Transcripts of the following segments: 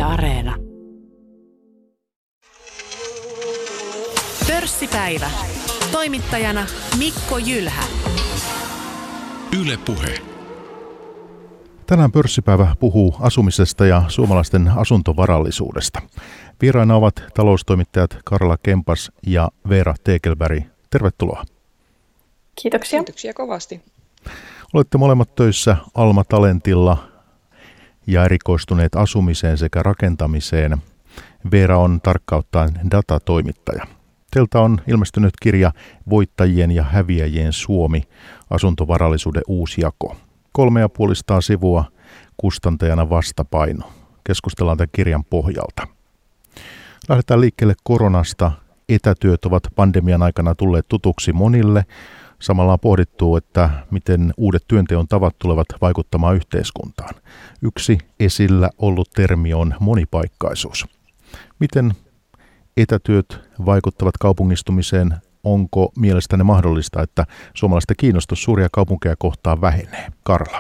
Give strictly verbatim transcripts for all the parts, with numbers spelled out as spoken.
Areena. Pörssipäivä. Toimittajana Mikko Jylhä. Yle Puhe. Tänään pörssipäivä puhuu asumisesta ja suomalaisten asuntovarallisuudesta. Vieraina ovat taloustoimittajat Karla Kempas ja Veera Tegelberg. Tervetuloa. Kiitoksia. Kiitoksia kovasti. Olette molemmat töissä Alma Talentilla ja erikoistuneet asumiseen sekä rakentamiseen. Veera on tarkkauttaan datatoimittaja. Teiltä on ilmestynyt kirja Voittajien ja häviäjien Suomi, asuntovarallisuuden uusjako. Kolme ja puolistaa sivua, kustantajana Vastapaino. Keskustellaan tämän kirjan pohjalta. Lähdetään liikkeelle koronasta. Etätyöt ovat pandemian aikana tulleet tutuksi monille. Samalla on pohdittu, että miten uudet työnteon tavat tulevat vaikuttamaan yhteiskuntaan. Yksi esillä ollut termi on monipaikkaisuus. Miten etätyöt vaikuttavat kaupungistumiseen? Onko mielestänne mahdollista, että suomalaisten kiinnostus suuria kaupunkeja kohtaan vähenee? Karla.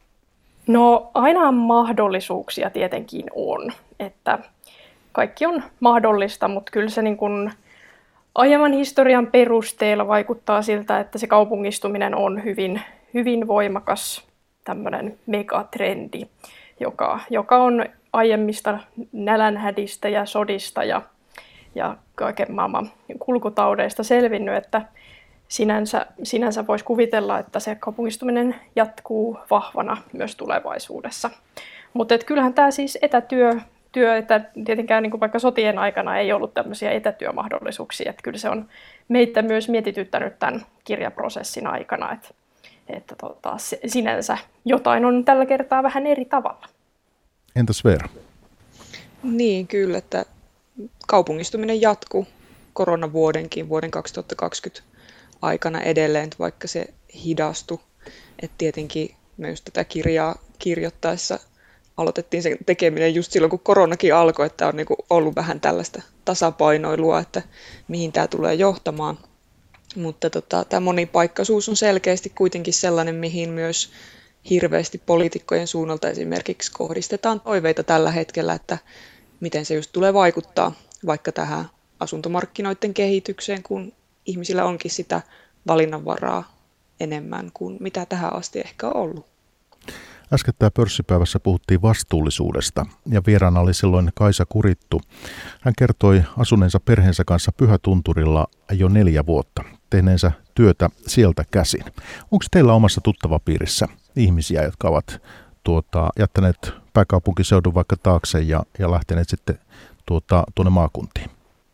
No aina mahdollisuuksia tietenkin on, että kaikki on mahdollista, mutta kyllä se niin kuin aiemman historian perusteella vaikuttaa siltä, että se kaupungistuminen on hyvin, hyvin voimakas tämmöinen megatrendi, joka, joka on aiemmista nälänhädistä ja sodista ja, ja kaiken maailman kulkutaudeista selvinnyt, että sinänsä, sinänsä voisi kuvitella, että se kaupungistuminen jatkuu vahvana myös tulevaisuudessa. Mutta kyllähän tämä siis etätyö, työ, että tietenkään niin kuin vaikka sotien aikana ei ollut tämmöisiä etätyömahdollisuuksia, että kyllä se on meitä myös mietityttänyt tämän kirjaprosessin aikana, että, että tota, sinänsä jotain on tällä kertaa vähän eri tavalla. Entäs Veera? Niin, kyllä, että kaupungistuminen jatkuu koronavuodenkin, vuoden kaksituhattakaksikymmentä aikana edelleen, vaikka se hidastui. Et tietenkin myös tätä kirjaa kirjoittaessa aloitettiin sen tekeminen just silloin, kun koronakin alkoi, että on niinku ollut vähän tällaista tasapainoilua, että mihin tämä tulee johtamaan. Mutta tota, tämä monipaikkaisuus on selkeästi kuitenkin sellainen, mihin myös hirveästi poliitikkojen suunnalta esimerkiksi kohdistetaan toiveita tällä hetkellä, että miten se just tulee vaikuttaa vaikka tähän asuntomarkkinoiden kehitykseen, kun ihmisillä onkin sitä valinnanvaraa enemmän kuin mitä tähän asti ehkä on ollut. Äskettäin pörssipäivässä puhuttiin vastuullisuudesta ja vieraana oli silloin Kaisa Kurittu. Hän kertoi asuneensa perheensä kanssa Pyhätunturilla jo neljä vuotta, tehneensä työtä sieltä käsin. Onko teillä omassa tuttavapiirissä ihmisiä, jotka ovat tuota, jättäneet pääkaupunkiseudun vaikka taakse ja, ja lähteneet sitten tuota, tuonne maakuntiin?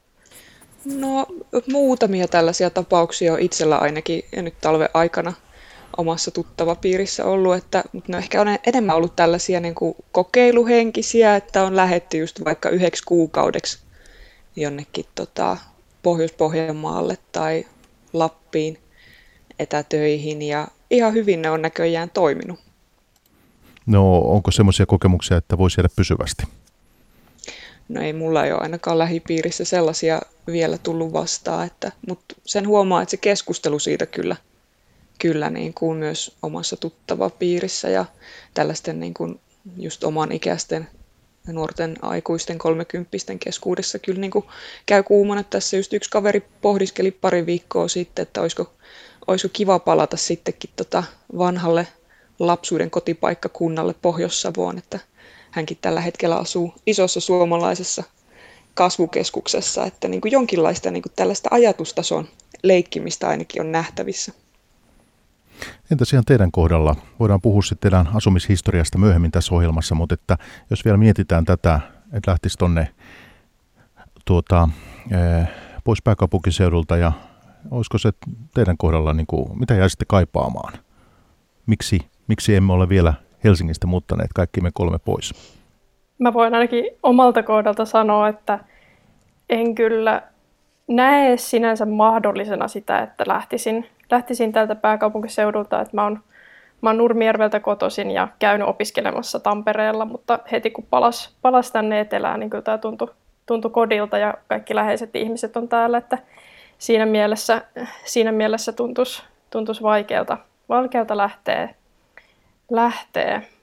No muutamia tällaisia tapauksia on itsellä ainakin ja nyt talven aikana omassa tuttavapiirissä ollut, että, mutta ne ehkä on enemmän ollut tällaisia niin kuin kokeiluhenkisiä, että on lähdetty just vaikka yhdeksi kuukaudeksi jonnekin tota, Pohjois-Pohjanmaalle tai Lappiin etätöihin ja ihan hyvin ne on näköjään toiminut. No onko semmoisia kokemuksia, että voisi jäädä pysyvästi? No ei mulla ei ole ainakaan lähipiirissä sellaisia vielä tullut vastaan, että, mutta sen huomaa, että se keskustelu siitä kyllä Kyllä niin kuin myös omassa tuttavapiirissä ja tällaisten niin kuin just oman ikäisten nuorten aikuisten kolmekymppisten keskuudessa kyllä niin kuin käy kuumana. Tässä just yksi kaveri pohdiskeli pari viikkoa sitten, että olisiko, olisiko kiva palata sittenkin tota vanhalle lapsuuden kotipaikkakunnalle Pohjois-Savoon, että hänkin tällä hetkellä asuu isossa suomalaisessa kasvukeskuksessa, että niin kuin jonkinlaista niin kuin tällaista ajatustason leikkimistä ainakin on nähtävissä. Entäs ihan teidän kohdalla? Voidaan puhua sitten teidän asumishistoriasta myöhemmin tässä ohjelmassa, mutta että jos vielä mietitään tätä, että lähtisi tuonne tuota, pois pääkaupunkiseudulta ja olisiko se teidän kohdalla, niin kuin, mitä jäisitte kaipaamaan? Miksi, miksi emme ole vielä Helsingistä muuttaneet kaikki me kolme pois? Mä voin ainakin omalta kohdalta sanoa, että en kyllä näe sinänsä mahdollisena sitä, että lähtisin, lähtisin tältä pääkaupunkiseudulta. Että mä oon, mä oon Nurmijärveltä kotoisin ja käynyt opiskelemassa Tampereella, mutta heti kun palas, palas tänne etelään, niin kyllä tämä tuntui, tuntui kodilta ja kaikki läheiset ihmiset on täällä. Että siinä mielessä, siinä mielessä tuntuisi, tuntuisi vaikealta, vaikealta lähteä, lähteä. Ja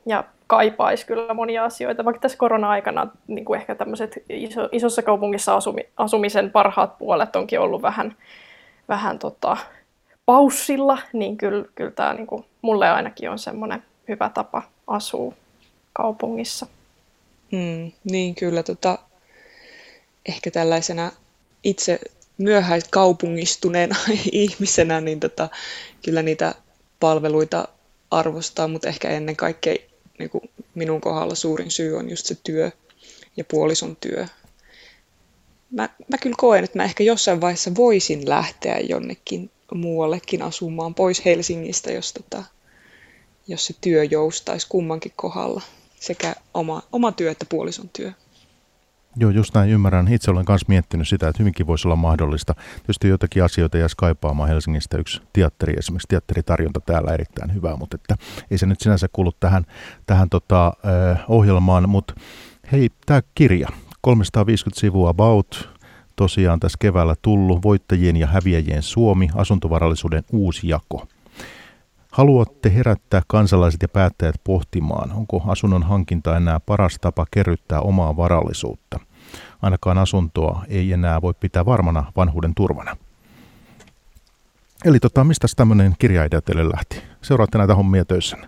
kaipaisi kyllä monia asioita, vaikka tässä korona-aikana niin kuin ehkä tämmöiset iso, isossa kaupungissa asumi, asumisen parhaat puolet onkin ollut vähän, vähän tota, paussilla, niin kyllä, kyllä tämä niin kuin mulle ainakin on semmoinen hyvä tapa asua kaupungissa. Mm, niin kyllä, tota, ehkä tällaisena itse myöhäiskaupungistuneena ihmisenä, niin tota, kyllä niitä palveluita arvostaa, mutta ehkä ennen kaikkea niin kuin minun kohdalla suurin syy on just se työ ja puolison työ. Mä, mä kyllä koen, että mä ehkä jossain vaiheessa voisin lähteä jonnekin muuallekin asumaan pois Helsingistä, jos, tota, jos se työ joustaisi kummankin kohdalla, sekä oma, oma työ että puolison työ. Joo, just näin ymmärrän. Itse olen myös miettinyt sitä, että hyvinkin voisi olla mahdollista. Tietysti joitakin asioita jäisi kaipaamaan Helsingistä. Yksi teatteri, esimerkiksi teatteritarjonta täällä erittäin hyvää, mutta että ei se nyt sinänsä kuulu tähän, tähän tota, eh, ohjelmaan. Mutta hei, tämä kirja, kolmesataaviisikymmentä sivua about, tosiaan tässä keväällä tullut, voittajien ja häviäjien Suomi, asuntovarallisuuden uusi jako. Haluatte herättää kansalaiset ja päättäjät pohtimaan, onko asunnon hankinta enää paras tapa kerryttää omaa varallisuutta. Ainakaan asuntoa ei enää voi pitää varmana vanhuuden turvana. Eli tota, mistä tämmöinen kirjaidea teille lähti? Seuraatte näitä hommia töissänne.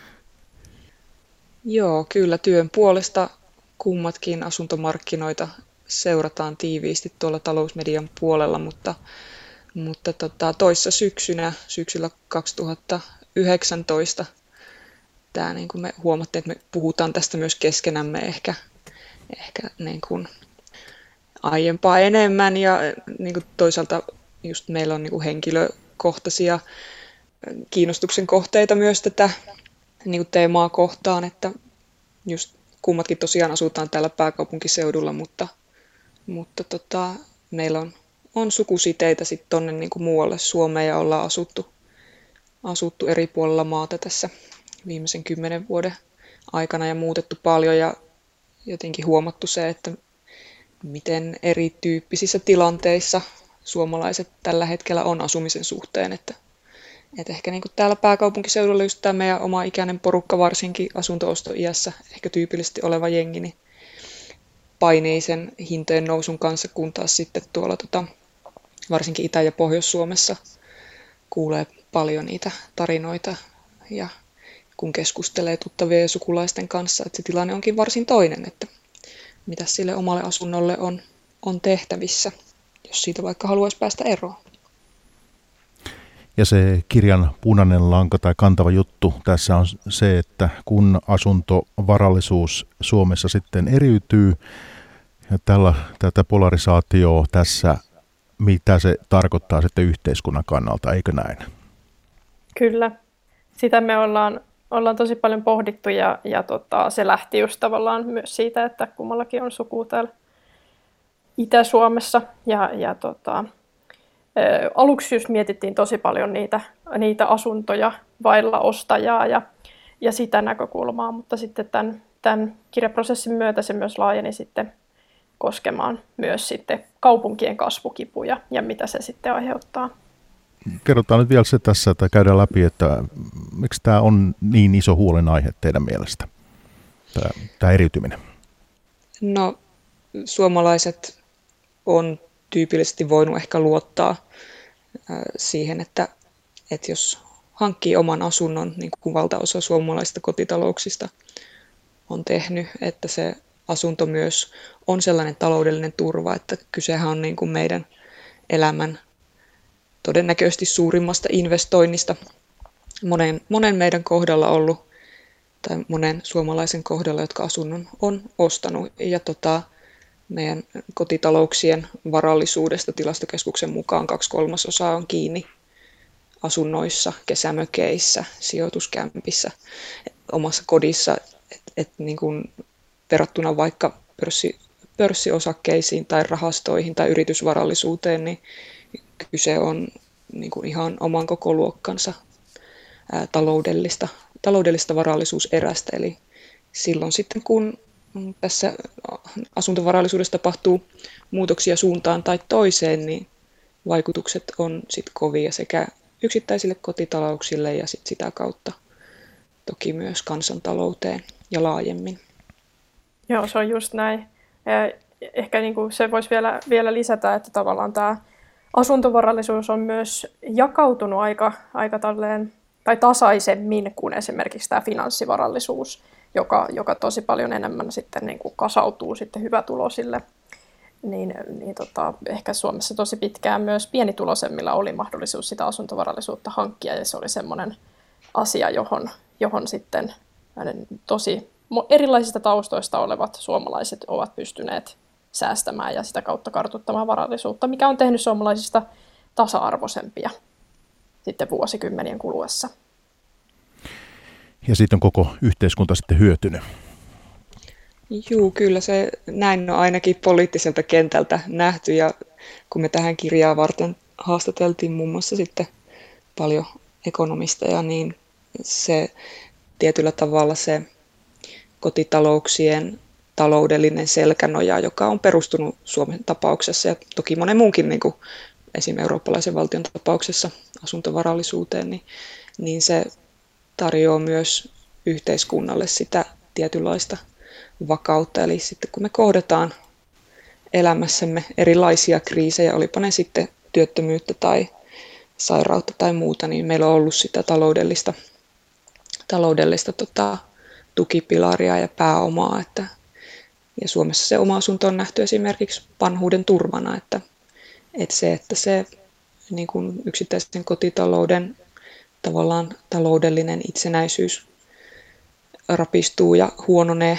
Joo, kyllä työn puolesta kummatkin asuntomarkkinoita seurataan tiiviisti tuolla talousmedian puolella, mutta Mutta tota, toissa syksynä, syksyllä kaksituhattayhdeksäntoista, tää, niin kuin me huomattiin, että me puhutaan tästä myös keskenämme ehkä, ehkä niin kuin aiempaa enemmän. Ja niin kuin toisaalta just meillä on niin kuin henkilökohtaisia kiinnostuksen kohteita myös tätä niin kuin teemaa kohtaan, että just kummatkin tosiaan asutaan täällä pääkaupunkiseudulla, mutta, mutta tota, meillä on on sukusiteitä sitten tuonne niin kuin muualle Suomeen ja ollaan asuttu, asuttu eri puolilla maata tässä viimeisen kymmenen vuoden aikana ja muutettu paljon ja jotenkin huomattu se, että miten erityyppisissä tilanteissa suomalaiset tällä hetkellä on asumisen suhteen. Että, että ehkä niin kuin täällä pääkaupunkiseudulla just tämä meidän oma ikäinen porukka, varsinkin asunto-ostoiässä ehkä tyypillisesti oleva jengi, niin painii sen hintojen nousun kanssa, kun taas sitten tuolla tota, varsinkin Itä- ja Pohjois-Suomessa kuulee paljon niitä tarinoita ja kun keskustelee tuttavien ja sukulaisten kanssa, että se tilanne onkin varsin toinen, että mitä sille omalle asunnolle on, on tehtävissä, jos siitä vaikka haluaisi päästä eroon. Ja se kirjan punainen lanka tai kantava juttu tässä on se, että kun asuntovarallisuus Suomessa sitten eriytyy, ja tällä, tätä polarisaatioa tässä, mitä se tarkoittaa sitten yhteiskunnan kannalta, eikö näin? Kyllä. Sitä me ollaan, ollaan tosi paljon pohdittu ja, ja tota, se lähti just tavallaan myös siitä, että kummallakin on suku täällä Itä-Suomessa. Ja, ja tota, ä, aluksi just mietittiin tosi paljon niitä, niitä asuntoja vailla ostajaa ja, ja sitä näkökulmaa, mutta sitten tämän, tämän kirjaprosessin myötä se myös laajeni sitten koskemaan myös sitten kaupunkien kasvukipuja ja mitä se sitten aiheuttaa. Kerrotaan nyt vielä se tässä, että käydään läpi, että miksi tämä on niin iso huolenaihe teidän mielestä, tämä, tämä eriytyminen? No, suomalaiset on tyypillisesti voinut ehkä luottaa siihen, että, että jos hankkii oman asunnon, niin kuin valtaosa suomalaisista kotitalouksista on tehnyt, että se asunto myös on sellainen taloudellinen turva, että kysehän on niin kuin meidän elämän todennäköisesti suurimmasta investoinnista monen, monen meidän kohdalla ollut, tai monen suomalaisen kohdalla, jotka asunnon on ostanut. Ja tota, meidän kotitalouksien varallisuudesta Tilastokeskuksen mukaan kaksi kolmasosaa on kiinni asunnoissa, kesämökeissä, sijoituskämpissä, omassa kodissa, että et niin kuin verrattuna vaikka pörssi, pörssiosakkeisiin tai rahastoihin tai yritysvarallisuuteen, niin kyse on niin kuin ihan oman koko luokkansa ää, taloudellista, taloudellista varallisuuserästä. Eli silloin sitten, kun tässä asuntovarallisuudessa tapahtuu muutoksia suuntaan tai toiseen, niin vaikutukset on sit kovia sekä yksittäisille kotitalouksille ja sit sitä kautta toki myös kansantalouteen ja laajemmin. Joo, se on just näin. Ja ehkä niin kuin se voisi vielä, vielä lisätä, että tavallaan tämä asuntovarallisuus on myös jakautunut aika, aika talleen, tai tasaisemmin kuin esimerkiksi tämä finanssivarallisuus, joka, joka tosi paljon enemmän sitten niin kuin kasautuu sitten hyvätuloisille. Niin, niin tota, ehkä Suomessa tosi pitkään myös pienituloisemmilla oli mahdollisuus sitä asuntovarallisuutta hankkia, ja se oli semmoinen asia, johon, johon sitten tosi erilaisista taustoista olevat suomalaiset ovat pystyneet säästämään ja sitä kautta kartuttamaan varallisuutta, mikä on tehnyt suomalaisista tasa-arvoisempia sitten vuosikymmenien kuluessa. Ja siitä on koko yhteiskunta sitten hyötynyt. Juu, kyllä se näin on ainakin poliittiselta kentältä nähty, ja kun me tähän kirjaa varten haastateltiin muun muassa sitten paljon ekonomisteja, niin se tietyllä tavalla se kotitalouksien taloudellinen selkänoja, joka on perustunut Suomen tapauksessa ja toki monen muunkin niin kuin esimerkiksi eurooppalaisen valtion tapauksessa asuntovarallisuuteen, niin, niin se tarjoaa myös yhteiskunnalle sitä tietynlaista vakautta. Eli sitten kun me kohdataan elämässämme erilaisia kriisejä, olipa ne sitten työttömyyttä tai sairautta tai muuta, niin meillä on ollut sitä taloudellista, taloudellista tota, tukipilaria ja pääomaa. Että, ja Suomessa se oma asunto on nähty esimerkiksi vanhuuden turvana, että, että se, että se niin kuin yksittäisen kotitalouden tavallaan taloudellinen itsenäisyys rapistuu ja huononee,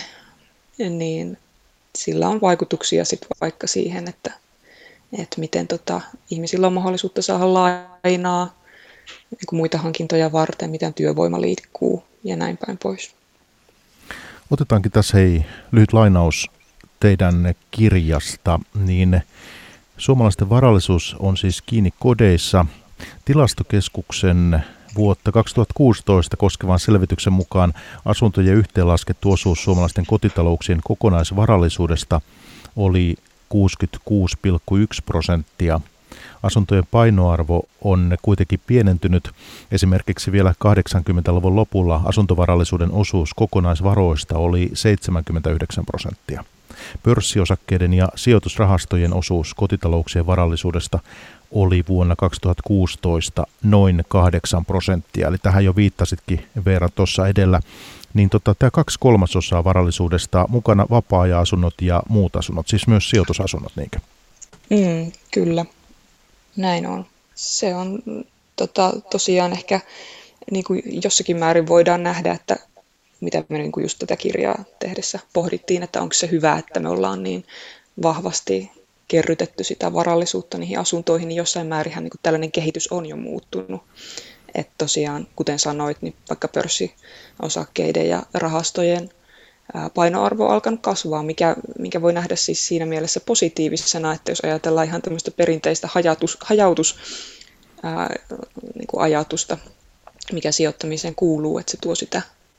niin sillä on vaikutuksia sitten vaikka siihen, että, että miten tota, ihmisillä on mahdollisuutta saada lainaa niin kuin muita hankintoja varten, miten työvoima liikkuu ja näin päin pois. Otetaankin tässä hei, lyhyt lainaus teidän kirjasta. Niin suomalaisten varallisuus on siis kiinni kodeissa. Tilastokeskuksen vuotta kaksituhattakuusitoista koskevan selvityksen mukaan asuntojen yhteenlaskettu osuus suomalaisten kotitalouksien kokonaisvarallisuudesta oli kuusikymmentäkuusi pilkku yksi prosenttia. Asuntojen painoarvo on kuitenkin pienentynyt. Esimerkiksi vielä kahdeksankymmentäluvun lopulla asuntovarallisuuden osuus kokonaisvaroista oli seitsemänkymmentäyhdeksän prosenttia. Pörssiosakkeiden ja sijoitusrahastojen osuus kotitalouksien varallisuudesta oli vuonna kaksituhattakuusitoista noin kahdeksan prosenttia. Eli tähän jo viittasitkin Veera tuossa edellä. Niin tota, tämä kaksi kolmasosaa varallisuudesta mukana vapaa-ajan asunnot ja muut asunnot, siis myös sijoitusasunnot, niinkö? Mm, kyllä, näin on. Se on tota, tosiaan ehkä niin kuin jossakin määrin voidaan nähdä, että mitä me niin kuin just tätä kirjaa tehdessä pohdittiin, että onko se hyvä, että me ollaan niin vahvasti kerrytetty sitä varallisuutta niihin asuntoihin, niin jossain määrinhän niin kuin tällainen kehitys on jo muuttunut. Että tosiaan, kuten sanoit, niin vaikka pörssiosakkeiden ja rahastojen painoarvo on alkanut kasvaa, mikä, mikä voi nähdä siis siinä mielessä positiivisena, että jos ajatellaan ihan tämmöistä perinteistä hajautus, hajautus ää, niin kuin ajatusta, mikä sijoittamiseen kuuluu, että se tuo sitä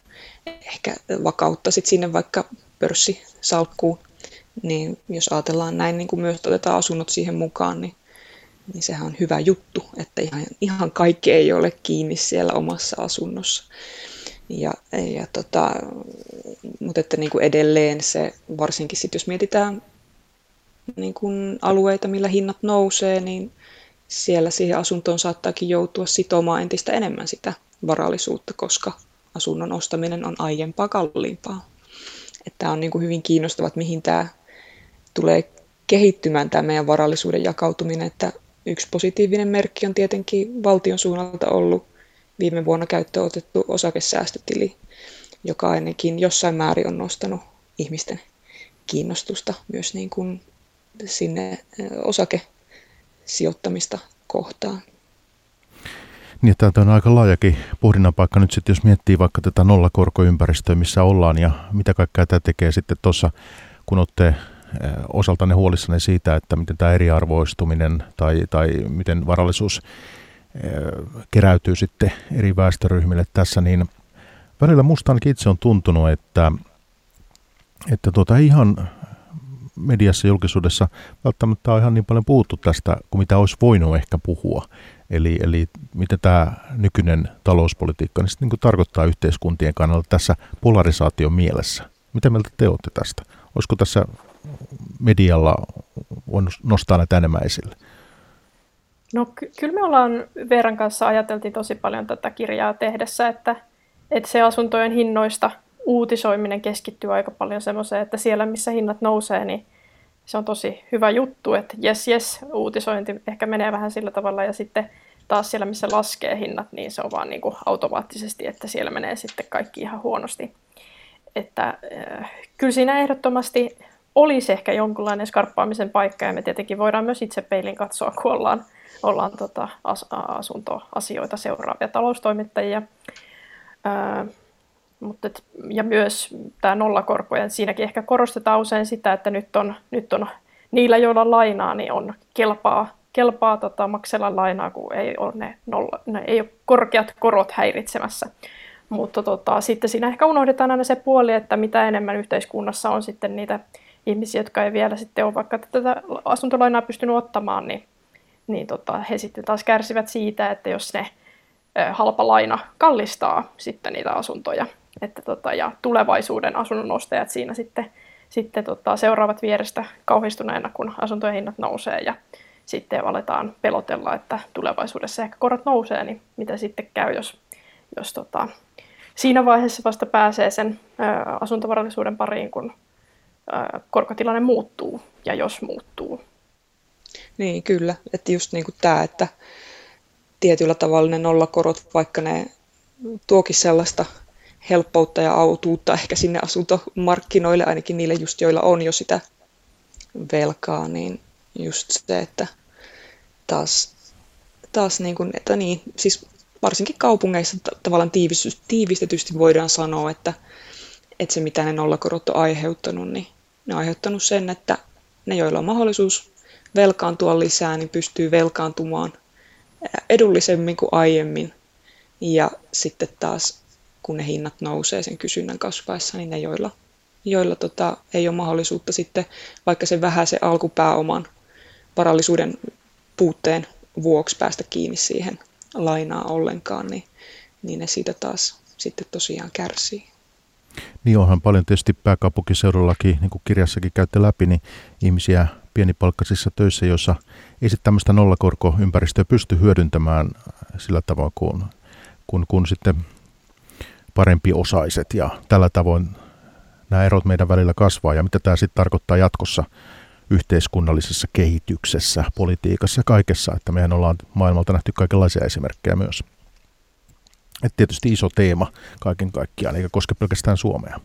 ehkä vakautta sit sinne vaikka pörssisalkkuun, niin jos ajatellaan näin, niin kuin myös otetaan asunnot siihen mukaan, niin, niin sehän on hyvä juttu, että ihan, ihan kaikki ei ole kiinni siellä omassa asunnossa. Ja, ja tota, mutta että niin kuin edelleen se, varsinkin sit jos mietitään niin kuin alueita, millä hinnat nousee, niin siellä siihen asuntoon saattaakin joutua sitomaan entistä enemmän sitä varallisuutta, koska asunnon ostaminen on aiempaa kalliimpaa. Tämä on niin kuin hyvin kiinnostavaa, että mihin tämä tulee kehittymään tämä meidän varallisuuden jakautuminen. Että yksi positiivinen merkki on tietenkin valtion suunnalta ollut viime vuonna käyttöön otettu osakesäästötili, joka ainakin jossain määrin on nostanut ihmisten kiinnostusta myös niin kuin sinne osakesijoittamista kohtaan. Niin, tämä on aika laajakin pohdinnan paikka nyt sitten, jos miettii vaikka tätä nollakorkoympäristöä, missä ollaan ja mitä kaikkea tämä tekee sitten tuossa, kun olette osaltanne huolissanne siitä, että miten tämä eriarvoistuminen tai, tai miten varallisuus keräytyy sitten eri väestöryhmille tässä, niin välillä musta ainakin itse on tuntunut, että, että tuota, ihan mediassa julkisuudessa välttämättä on ihan niin paljon puhuttu tästä, kuin mitä olisi voinut ehkä puhua. Eli, eli mitä tämä nykyinen talouspolitiikka niin niin kuin tarkoittaa yhteiskuntien kannalta tässä polarisaation mielessä? Mitä mieltä te olette tästä? Olisiko tässä medialla on nostaa näitä enemmän esille? No ky- kyllä me ollaan Veeran kanssa ajateltiin tosi paljon tätä kirjaa tehdessä, että, että se asuntojen hinnoista uutisoiminen keskittyy aika paljon semmoiseen, että siellä missä hinnat nousee, niin se on tosi hyvä juttu, että jes jes, uutisointi ehkä menee vähän sillä tavalla ja sitten taas siellä missä laskee hinnat, niin se on vaan niin kuin automaattisesti, että siellä menee sitten kaikki ihan huonosti. Että äh, kyllä siinä ehdottomasti olisi ehkä jonkunlainen skarppaamisen paikka ja me tietenkin voidaan myös itse peilin katsoa, kun ollaan, ollaan tota, as- asuntoasioita seuraavia taloustoimittajia. Äh, Mutta et, ja myös tämä nollakorko, ja siinäkin ehkä korostetaan usein sitä, että nyt on, nyt on niillä, joilla on lainaa, niin on kelpaa, kelpaa tota, maksella lainaa, kun ei ole, ne nolla, ne ei ole korkeat korot häiritsemässä. Mutta tota, sitten siinä ehkä unohdetaan aina se puoli, että mitä enemmän yhteiskunnassa on sitten niitä ihmisiä, jotka ei vielä sitten ole vaikka tätä asuntolainaa pystynyt ottamaan, niin, niin tota, he sitten taas kärsivät siitä, että jos ne halpa laina kallistaa sitten niitä asuntoja. Että tota, ja tulevaisuuden asunnon ostajat siinä sitten, sitten tota, seuraavat vierestä kauhistuneena, kun asuntojen hinnat nousee ja sitten aletaan pelotella, että tulevaisuudessa ehkä korot nousee, niin mitä sitten käy, jos, jos tota, siinä vaiheessa vasta pääsee sen ä, asuntovarallisuuden pariin, kun ä, korkotilanne muuttuu ja jos muuttuu. Niin, kyllä. Että just niin kuin tämä, että tietyllä tavalla ne nollakorot, vaikka ne tuokin sellaista helppoutta ja autuutta ehkä sinne asuntomarkkinoille, ainakin niille just, joilla on jo sitä velkaa, niin just se, että taas, taas niin kuin, että niin, siis varsinkin kaupungeissa tavallaan tiivistetysti voidaan sanoa, että, että se mitä ne nollakorot on aiheuttanut, niin ne on aiheuttanut sen, että ne, joilla on mahdollisuus velkaantua lisää, niin pystyy velkaantumaan edullisemmin kuin aiemmin. Ja sitten taas, kun ne hinnat nousee sen kysynnän kasvaessa, niin ne, joilla, joilla tota, ei ole mahdollisuutta sitten, vaikka se vähäisen alkupääoman varallisuuden puutteen vuoksi päästä kiinni siihen lainaa ollenkaan, niin, niin ne siitä taas sitten tosiaan kärsii. Niin onhan paljon tietysti pääkaupunkiseudullakin, niin kuin kirjassakin käytte läpi, niin ihmisiä pienipalkkaisissa töissä, joissa ei sitten tämmöistä nollakorkoympäristöä pysty hyödyntämään sillä tavoin kuin, kuin, kuin sitten parempiosaiset. Ja tällä tavoin nämä erot meidän välillä kasvaa. Ja mitä tämä sitten tarkoittaa jatkossa yhteiskunnallisessa kehityksessä, politiikassa ja kaikessa, että mehän ollaan maailmalta nähty kaikenlaisia esimerkkejä myös. Että tietysti iso teema kaiken kaikkiaan, eikä koske pelkästään Suomea.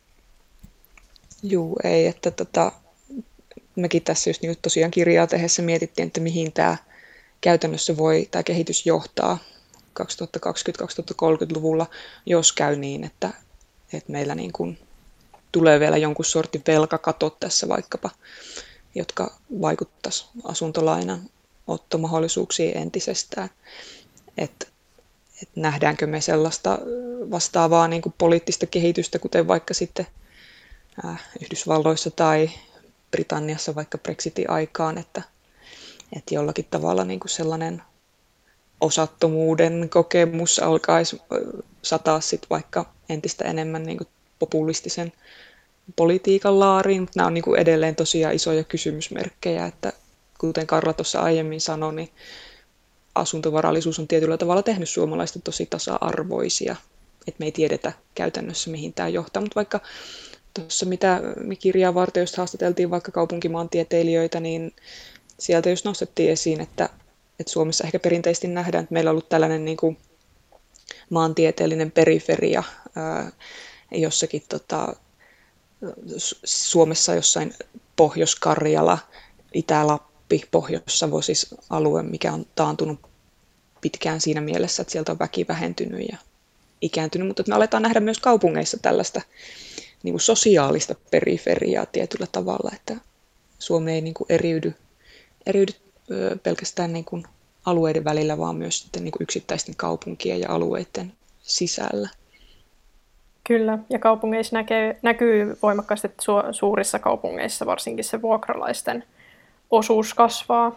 Juu, ei, että tota, mekin tässä just niin tosiaan kirjaa tehdessä mietittiin, että mihin tämä käytännössä voi tämä kehitys johtaa kaksituhattakaksikymmentä kaksituhattakolmekymmentäluvulla, jos käy niin, että, että meillä niin kuin tulee vielä jonkun sortin velkakatot tässä vaikkapa, jotka vaikuttaisi asuntolainan ottomahdollisuuksiin entisestään. Että et nähdäänkö me sellaista vastaavaa niin kuin poliittista kehitystä, kuten vaikka sitten äh, Yhdysvalloissa tai Britanniassa vaikka Brexitin aikaan, että, että jollakin tavalla niin kuin sellainen osattomuuden kokemus alkaisi sataa sit vaikka entistä enemmän niin kuin populistisen politiikan laariin, mutta nämä on niin kuin edelleen tosiaan isoja kysymysmerkkejä, että kuten Karla tuossa aiemmin sanoi, niin asuntovarallisuus on tietyllä tavalla tehnyt suomalaista tosi tasa-arvoisia, että me ei tiedetä käytännössä mihin tämä johtaa, mutta vaikka tuossa mitä me kirjaa varten, jos haastateltiin vaikka kaupunkimaantieteilijöitä, niin sieltä just nostettiin esiin, että, että Suomessa ehkä perinteisesti nähdään, että meillä on ollut tällainen niin kuin maantieteellinen periferia ää, jossakin tota, Suomessa jossain Pohjois-Karjala, Itä-Lappi, Pohjois-Savo, siis alue, mikä on taantunut pitkään siinä mielessä, että sieltä on väki vähentynyt ja ikääntynyt, mutta me aletaan nähdä myös kaupungeissa tällaista niin kuin sosiaalista periferiaa tietyllä tavalla, että Suomi ei niin kuin eriydy, eriydy pelkästään niin kuin alueiden välillä, vaan myös sitten niin kuin yksittäisten kaupunkien ja alueiden sisällä. Kyllä, ja kaupungeissa näkee, näkyy voimakkaasti, että su, suurissa kaupungeissa varsinkin se vuokralaisten osuus kasvaa.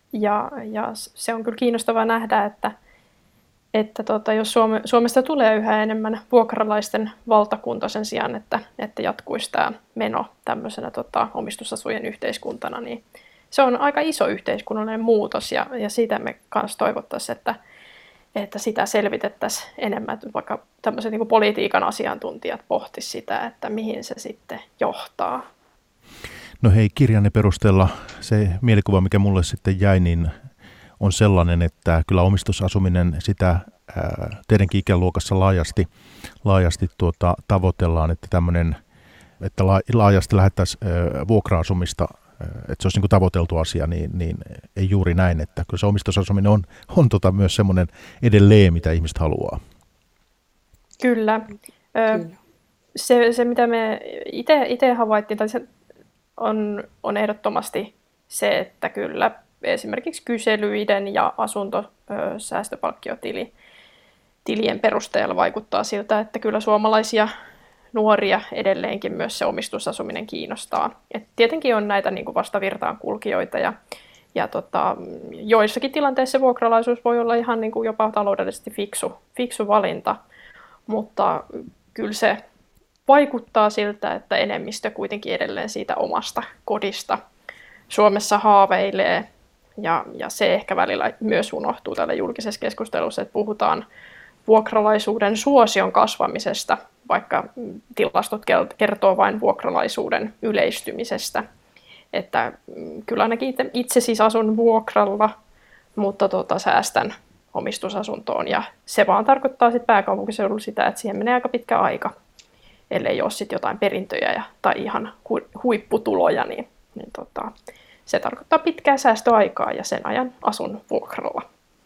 Ja, ja se on kyllä kiinnostavaa nähdä, että, että tota, jos Suome, Suomesta tulee yhä enemmän vuokralaisten valtakunta sen sijaan, että, että jatkuisi tämä meno tämmöisenä tota, omistusasujen yhteiskuntana, niin se on aika iso yhteiskunnallinen muutos ja, ja siitä me kanssa toivottaisiin, että, että sitä selvitettäisiin enemmän, että vaikka tämmöiset niin kuin politiikan asiantuntijat pohtisivat sitä, että mihin se sitten johtaa. No hei, kirjanne perusteella se mielikuva, mikä mulle sitten jäi, niin on sellainen, että kyllä omistusasuminen sitä ää, teidänkin ikäluokassa laajasti, laajasti tuota, tavoitellaan, että tämmöinen, että laajasti lähdettäisiin ää, vuokra-asumista, ää, että se olisi niin kuin tavoiteltu asia, niin, niin ei juuri näin, että kyllä se omistusasuminen on, on tota myös semmoinen edelleen, mitä ihmiset haluaa. Kyllä. Ö, se, se, mitä me itse havaittiin, tai se on, on ehdottomasti se, että kyllä esimerkiksi kyselyiden ja asuntosäästöpalkkiotilien perusteella vaikuttaa siltä, että kyllä suomalaisia nuoria edelleenkin myös se omistusasuminen kiinnostaa. Et tietenkin on näitä niin kuin vastavirtaan kulkijoita ja, ja tota, joissakin tilanteissa vuokralaisuus voi olla ihan niin kuin jopa taloudellisesti fiksu, fiksu valinta, mutta kyllä se vaikuttaa siltä, että enemmistö kuitenkin edelleen siitä omasta kodista Suomessa haaveilee. Ja, ja se ehkä välillä myös unohtuu täällä julkisessa keskustelussa, että puhutaan vuokralaisuuden suosion kasvamisesta, vaikka tilastot kertoo vain vuokralaisuuden yleistymisestä. Että kyllä ainakin itse, itse siis asun vuokralla, mutta tota, säästän omistusasuntoon. Ja se vaan tarkoittaa sitten pääkaupunkiseudulla sitä, että siihen menee aika pitkä aika, ellei ole sitten jotain perintöjä ja, tai ihan hu, huipputuloja, niin, niin tota, se tarkoittaa pitkää säästöaikaa ja sen ajan asun vuokralla.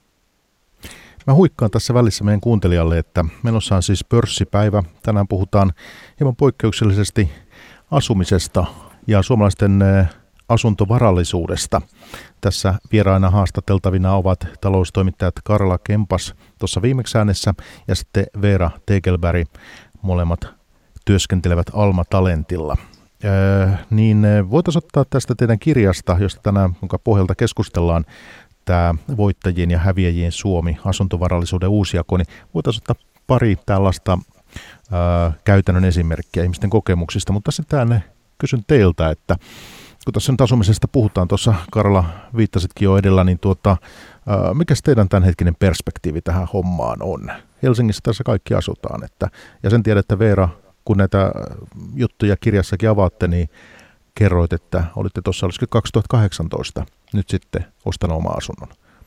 Mä huikkaan tässä välissä meidän kuuntelijalle, että menossa on siis pörssipäivä. Tänään puhutaan hieman poikkeuksellisesti asumisesta ja suomalaisten asuntovarallisuudesta. Tässä vieraina haastateltavina ovat taloustoimittajat Karla Kempas tuossa viimeksi äänessä ja sitten Veera Tegelberg, molemmat työskentelevät Alma Talentilla. Öö, niin voitaisiin ottaa tästä teidän kirjasta, josta tänään jonka pohjalta keskustellaan, tämä Voittajien ja häviäjien Suomi, asuntovarallisuuden uusjako, niin voitaisiin ottaa pari tällaista öö, käytännön esimerkkiä ihmisten kokemuksista, mutta sitten kysyn teiltä, että kun tässä nyt asumisesta puhutaan, tuossa Karla viittasitkin jo edellä, niin tuota, öö, mikä teidän tämänhetkinen perspektiivi tähän hommaan on? Helsingissä tässä kaikki asutaan, että, ja sen tiedät, että Veera, kun näitä juttuja kirjassakin avaatte, niin kerroit, että olitte tuossa olisikin kaksituhattakahdeksantoista nyt sitten ostanut oma asunnon.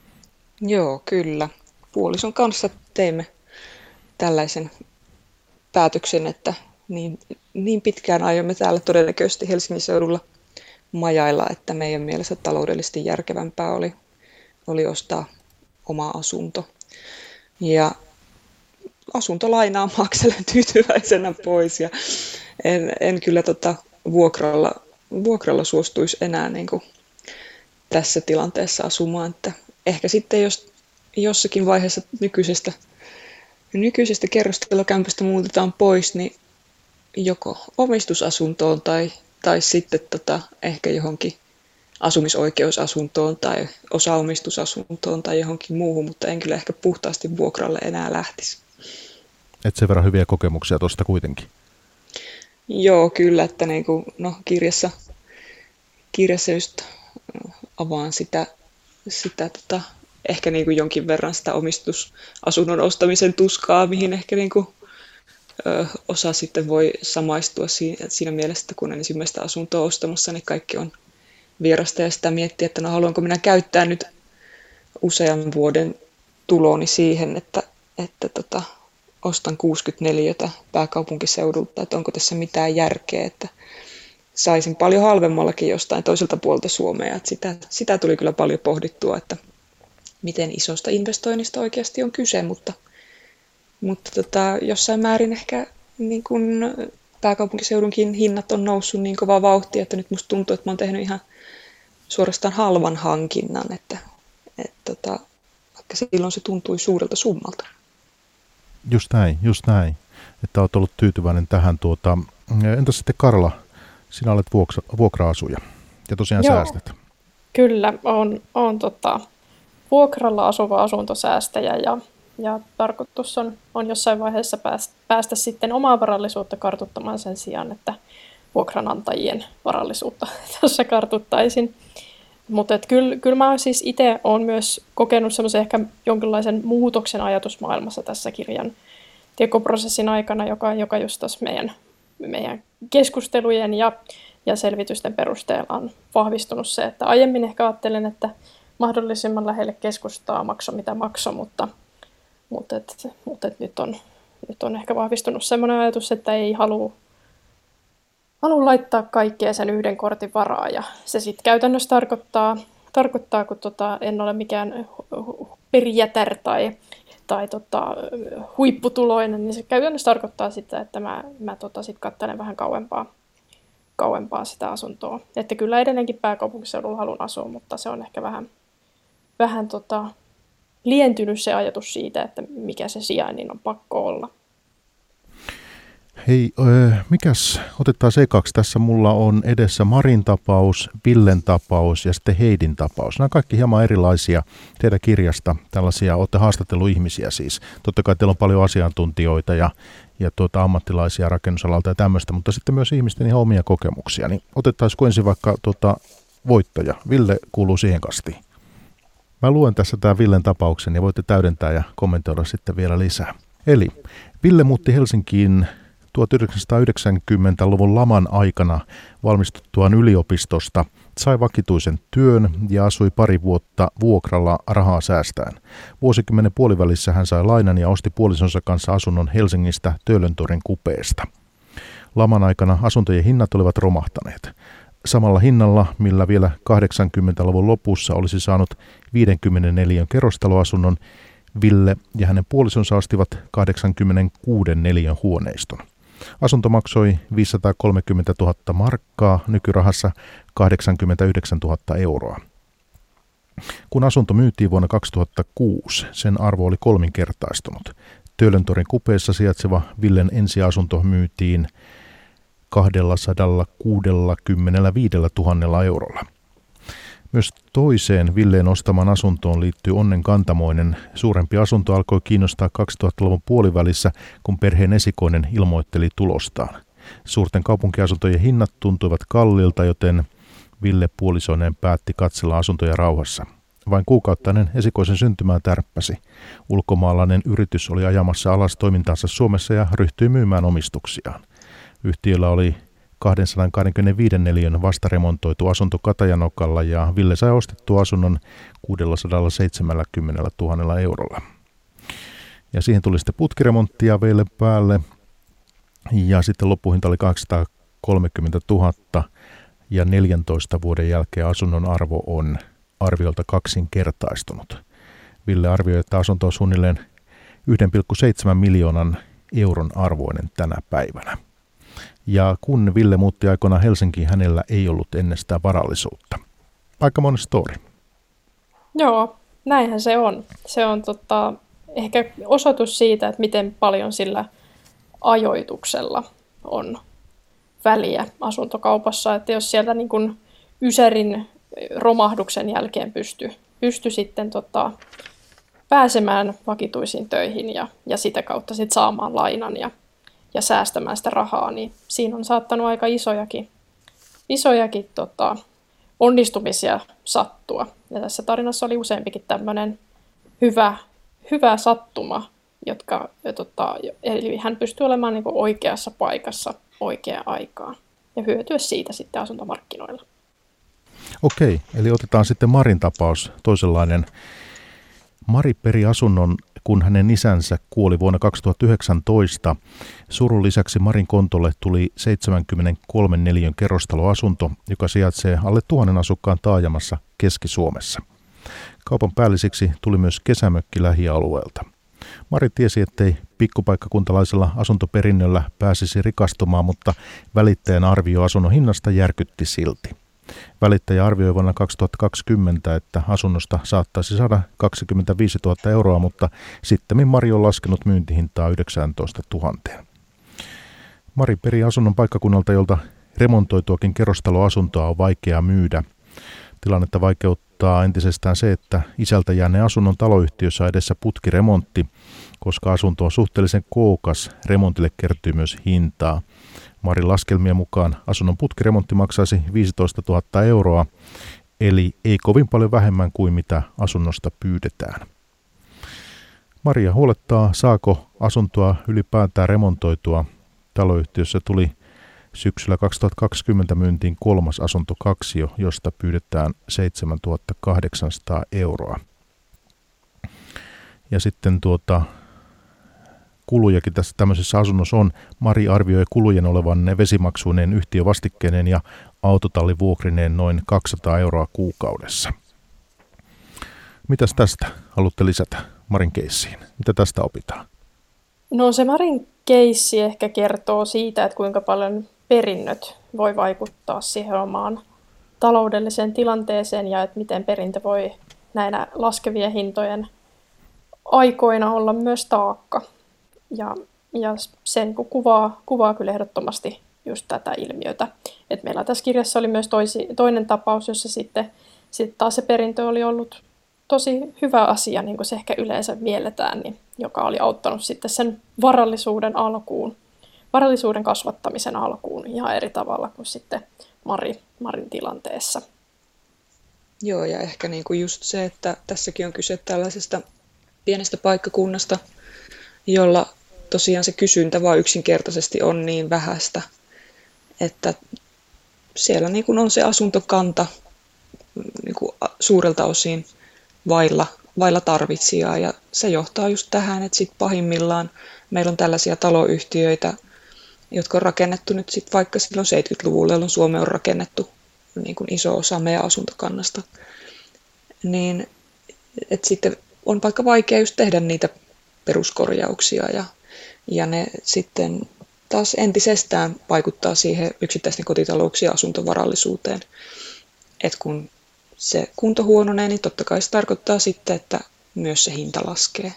Joo, kyllä. Puolison kanssa teimme tällaisen päätöksen, että niin, niin pitkään aiomme täällä todennäköisesti Helsingin seudulla majailla, että meidän mielestä taloudellisesti järkevämpää oli, oli ostaa oma asunto. Ja asuntolainaa makselen tyytyväisenä pois ja en, en kyllä tota vuokralla, vuokralla suostuisi enää niin kuin tässä tilanteessa asumaan. Että ehkä sitten jos jossakin vaiheessa nykyisestä, nykyisestä kerrostalokämpöstä muutetaan pois, niin joko omistusasuntoon tai, tai sitten tota, ehkä johonkin asumisoikeusasuntoon tai osaomistusasuntoon tai johonkin muuhun, mutta en kyllä ehkä puhtaasti vuokralle enää lähtisi. Et sen verran hyviä kokemuksia tuosta kuitenkin. Joo, kyllä, että niin kuin, no, kirjassa, kirjassa just avaan sitä, sitä tota, ehkä niin kuin jonkin verran sitä omistusasunnon ostamisen tuskaa, mihin ehkä niin kuin, ö, osa sitten voi samaistua siinä, siinä mielessä, että kun ensimmäistä asuntoa ostamassa, niin kaikki on vierasta ja sitä miettiä, että no haluanko minä käyttää nyt usean vuoden tuloni siihen, että, että tota, ostan kuusikymmentäneljä pääkaupunkiseudulta, että onko tässä mitään järkeä, että saisin paljon halvemmallakin jostain toiselta puolta Suomea. Että sitä, sitä tuli kyllä paljon pohdittua, että miten isosta investoinnista oikeasti on kyse, mutta, mutta tota, jossain määrin ehkä niin kun pääkaupunkiseudunkin hinnat on noussut niin kovaa vauhtia, että nyt musta tuntuu, että mä oon tehnyt ihan suorastaan halvan hankinnan, että, että tota, vaikka silloin se tuntui suurelta summalta. Just näin, just näin, että olet ollut tyytyväinen tähän. Tuota, entäs sitten Karla, sinä olet vuokra- vuokra-asuja ja tosiaan Joo, säästät. Kyllä, on, on tota, vuokralla asuva asuntosäästäjä ja, ja tarkoitus on, on jossain vaiheessa päästä, päästä sitten omaa varallisuutta kartuttamaan sen sijaan, että vuokranantajien varallisuutta tässä kartuttaisin. Mutta kyllä, kyllä mä siis itse olen myös kokenut semmoisen ehkä jonkinlaisen muutoksen ajatusmaailmassa tässä kirjan tekoprosessin aikana, joka, joka just tässä meidän, meidän keskustelujen ja, ja selvitysten perusteella on vahvistunut se, että aiemmin ehkä ajattelin, että mahdollisimman lähelle keskustaa makso mitä makso, mutta, mutta, et, mutta et nyt, on, nyt on ehkä vahvistunut semmoinen ajatus, että ei halua Haluan laittaa kaikkea sen yhden kortin varaa ja se sitten käytännössä tarkoittaa, tarkoittaa kun tota, en ole mikään perijätär tai, tai tota, huipputuloinen, niin se käytännössä tarkoittaa sitä, että mä, mä tota, sit katselen vähän kauempaa, kauempaa sitä asuntoa. Että kyllä edelleenkin pääkaupunkiseudulla haluan asua, mutta se on ehkä vähän, vähän tota, lientynyt se ajatus siitä, että mikä se sijainnin on pakko olla. Hei, mikäs, otetaan ekaksi. Tässä mulla on edessä Marin tapaus, Villen tapaus ja sitten Heidin tapaus. Nämä on kaikki hieman erilaisia teidän kirjasta. Tällaisia, olette haastatellut ihmisiä siis. Totta kai teillä on paljon asiantuntijoita ja, ja tuota, ammattilaisia rakennusalalta ja tämmöistä, mutta sitten myös ihmisten ihan omia kokemuksia. Niin otettaisiko ensin vaikka tuota, voittaja. Ville kuuluu siihen kastiin. Mä luen tässä tämän Villen tapauksen ja voitte täydentää ja kommentoida sitten vielä lisää. Eli Ville muutti Helsinkiin tuhatyhdeksänsataayhdeksänkymmentäluvun laman aikana valmistuttuaan yliopistosta, sai vakituisen työn ja asui pari vuotta vuokralla rahaa säästäen. Vuosikymmenen puolivälissä hän sai lainan ja osti puolisonsa kanssa asunnon Helsingistä Töölöntorin kupeesta. Laman aikana asuntojen hinnat olivat romahtaneet. Samalla hinnalla, millä vielä kahdeksankymmentäluvun lopussa olisi saanut viisikymmentäneljä kerrostaloasunnon, Ville ja hänen puolisonsa ostivat kahdeksankymmentäkuusi neliön huoneiston. Asunto maksoi viisisataakolmekymmentätuhatta markkaa, nykyrahassa kahdeksankymmentäyhdeksäntuhatta euroa. Kun asunto myytiin vuonna kaksituhattakuusi, sen arvo oli kolminkertaistunut. Töölöntorin kupeessa sijaitseva Villen ensiasunto myytiin kaksisataakuusikymmentäviisituhatta eurolla. Myös toiseen Villeen ostaman asuntoon liittyy onnenkantamoinen. Suurempi asunto alkoi kiinnostaa kaksituhattaluvun puolivälissä, kun perheen esikoinen ilmoitteli tulostaan. Suurten kaupunkiasuntojen hinnat tuntuivat kalliilta, joten Ville puolisoineen päätti katsella asuntoja rauhassa. Vain kuukauttainen esikoisen syntymään tärppäsi. Ulkomaalainen yritys oli ajamassa alas toimintansa Suomessa ja ryhtyi myymään omistuksiaan. Yhtiöllä oli kaksisataakaksikymmentäviisi neliön vastaremontoitu asunto Katajanokalla ja Ville sai ostettua asunnon kuusisataaseitsemänkymmentätuhatta eurolla. Ja siihen tuli sitten putkiremonttia Ville päälle ja sitten loppuhinta oli kaksisataakolmekymmentätuhatta ja neljäntoista vuoden jälkeen asunnon arvo on arviolta kaksinkertaistunut. Ville arvioi, että asunto on suunnilleen yksi pilkku seitsemän miljoonan euron arvoinen tänä päivänä. Ja kun Ville muutti aikoinaan Helsinkiin, hänellä ei ollut ennestään varallisuutta. Aika monen story. Joo, näinhän se on. Se on tota, ehkä osoitus siitä, että miten paljon sillä ajoituksella on väliä asuntokaupassa. Että jos sieltä niin kuin Ysärin romahduksen jälkeen pysty, pysty sitten tota, pääsemään vakituisiin töihin ja, ja sitä kautta sit saamaan lainan ja ja säästämään sitä rahaa, niin siinä on saattanut aika isojakin, isojakin tota, onnistumisia sattua. Ja tässä tarinassa oli useampikin tämmöinen hyvä, hyvä sattuma, jotka, ja, tota, eli hän pystyi olemaan niin kuin oikeassa paikassa oikeaan aikaan ja hyötyä siitä sitten asuntomarkkinoilla. Okei, eli otetaan sitten Marin tapaus, toisenlainen. Mari peri asunnon, kun hänen isänsä kuoli vuonna kaksituhattayhdeksäntoista. Surun lisäksi Marin kontolle tuli seitsemänkymmentäkolme neliön kerrostaloasunto, joka sijaitsee alle tuhannen asukkaan taajamassa Keski-Suomessa. Kaupan päällisiksi tuli myös kesämökki lähialueelta. Mari tiesi, ettei pikkupaikkakuntalaisella asuntoperinnöllä pääsisi rikastumaan, mutta välittäjän arvio asunnon hinnasta järkytti silti. Välittäjä arvioi vuonna kaksituhattakaksikymmentä, että asunnosta saattaisi saada kaksikymmentäviisituhatta euroa, mutta sittemmin Mari on laskenut myyntihintaa yhdeksäntoistatuhatta. Mari peri asunnon paikkakunnalta, jolta remontoituakin kerrostaloasuntoa on vaikea myydä. Tilannetta vaikeuttaa entisestään se, että isältä jääneen asunnon taloyhtiössä on edessä putkiremontti, koska asunto on suhteellisen kookas, remontille kertyy myös hintaa. Marin laskelmien mukaan asunnon putkiremontti maksaisi viisitoistatuhatta euroa, eli ei kovin paljon vähemmän kuin mitä asunnosta pyydetään. Maria huolettaa, saako asuntoa ylipäätään remontoitua. Taloyhtiössä tuli syksyllä kaksituhattakaksikymmentä myyntiin kolmas asuntokaksio, josta pyydetään seitsemäntuhatta kahdeksansataa euroa. Ja sitten tuota, kulujakin tässä tämmöisessä asunnossa on. Mari arvioi kulujen olevan vesimaksuineen, yhtiövastikkeineen ja autotallivuokrineen noin kaksisataa euroa kuukaudessa. Mitäs tästä haluatte lisätä Marin keissiin? Mitä tästä opitaan? No se Marin keissi ehkä kertoo siitä, että kuinka paljon perinnöt voi vaikuttaa siihen omaan taloudelliseen tilanteeseen ja että miten perintö voi näinä laskevien hintojen aikoina olla myös taakka. Ja, ja sen kun kuvaa, kuvaa kyllä ehdottomasti just tätä ilmiötä. Et meillä tässä kirjassa oli myös toisi, toinen tapaus, jossa sitten, sitten taas se perintö oli ollut tosi hyvä asia, niin kuin se ehkä yleensä mielletään, niin, joka oli auttanut sitten sen varallisuuden alkuun, varallisuuden kasvattamisen alkuun ihan eri tavalla kuin sitten Mari, Marin tilanteessa. Joo, ja ehkä niin kuin just se, että tässäkin on kyse tällaisesta pienestä paikkakunnasta, jolla tosiaan se kysyntä vaan yksinkertaisesti on niin vähäistä, että siellä niin kuin on se asuntokanta niin kuin suurelta osin vailla, vailla tarvitsijaa, ja se johtaa just tähän, että sit pahimmillaan meillä on tällaisia taloyhtiöitä, jotka on rakennettu nyt sit vaikka silloin seitsemänkymmentäluvulla, jolloin Suomi on rakennettu niin kuin iso osa meidän asuntokannasta, niin että sitten on vaikka vaikea just tehdä niitä peruskorjauksia, ja, ja ne sitten taas entisestään vaikuttaa siihen yksittäisten kotitalouksien asuntovarallisuuteen, että kun se kunto huononee, niin totta kai se tarkoittaa sitten, että myös se hinta laskee.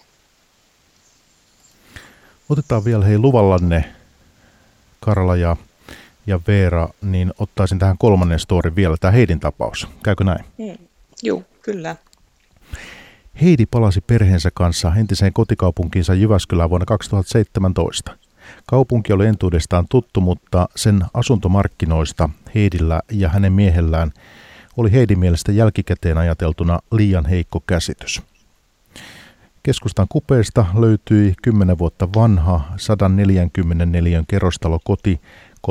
Otetaan vielä hei luvallanne, Karla ja, ja Veera, niin ottaisin tähän kolmannen storin vielä, tämä Heidin tapaus. Käykö näin? Mm. Joo, kyllä. Heidi palasi perheensä kanssa entiseen kotikaupunkiinsa Jyväskylään vuonna kaksituhattaseitsemäntoista. Kaupunki oli entuudestaan tuttu, mutta sen asuntomarkkinoista Heidillä ja hänen miehellään oli Heidin mielestä jälkikäteen ajateltuna liian heikko käsitys. Keskustan kupeesta löytyi kymmenen vuotta vanha sata neljäkymmentä neliön kerrostalokoti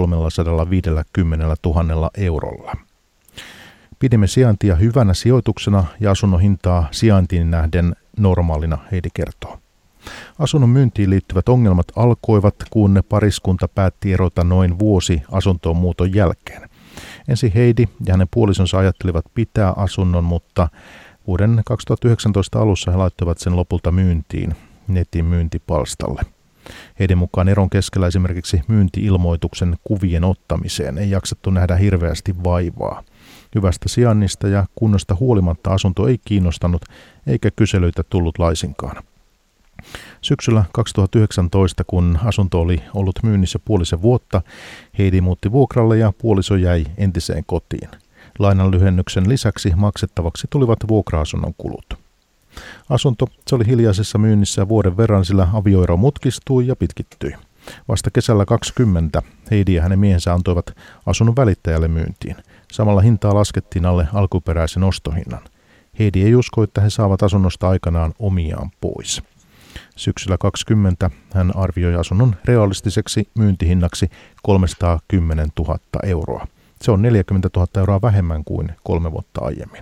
kolmesataaviisikymmentätuhatta eurolla. Pidimme sijaintia hyvänä sijoituksena ja asunnon hintaa sijaintiin nähden normaalina, Heidi kertoo. Asunnon myyntiin liittyvät ongelmat alkoivat, kun pariskunta päätti erota noin vuosi asuntoon muuton jälkeen. Ensin Heidi ja hänen puolisonsa ajattelivat pitää asunnon, mutta vuoden kaksituhattayhdeksäntoista alussa he laittoivat sen lopulta myyntiin netin myyntipalstalle. Heidin mukaan eron keskellä esimerkiksi myynti-ilmoituksen kuvien ottamiseen ei jaksettu nähdä hirveästi vaivaa. Hyvästä sijainnista ja kunnosta huolimatta asunto ei kiinnostanut eikä kyselyitä tullut laisinkaan. Syksyllä kaksituhattayhdeksäntoista, kun asunto oli ollut myynnissä puolisen vuotta, Heidi muutti vuokralle ja puoliso jäi entiseen kotiin. Lainan lyhennyksen lisäksi maksettavaksi tulivat vuokra-asunnon kulut. Asunto se oli hiljaisessa myynnissä vuoden verran, sillä avioero mutkistui ja pitkittyi. Vasta kesällä kaksikymmentä Heidi ja hänen miehensä antoivat asunnon välittäjälle myyntiin. Samalla hintaa laskettiin alle alkuperäisen ostohinnan. Heidi ei usko, että he saavat asunnosta aikanaan omiaan pois. Syksyllä kaksikymmentä hän arvioi asunnon realistiseksi myyntihinnaksi kolmesataakymmentätuhatta euroa. Se on neljäkymmentätuhatta euroa vähemmän kuin kolme vuotta aiemmin.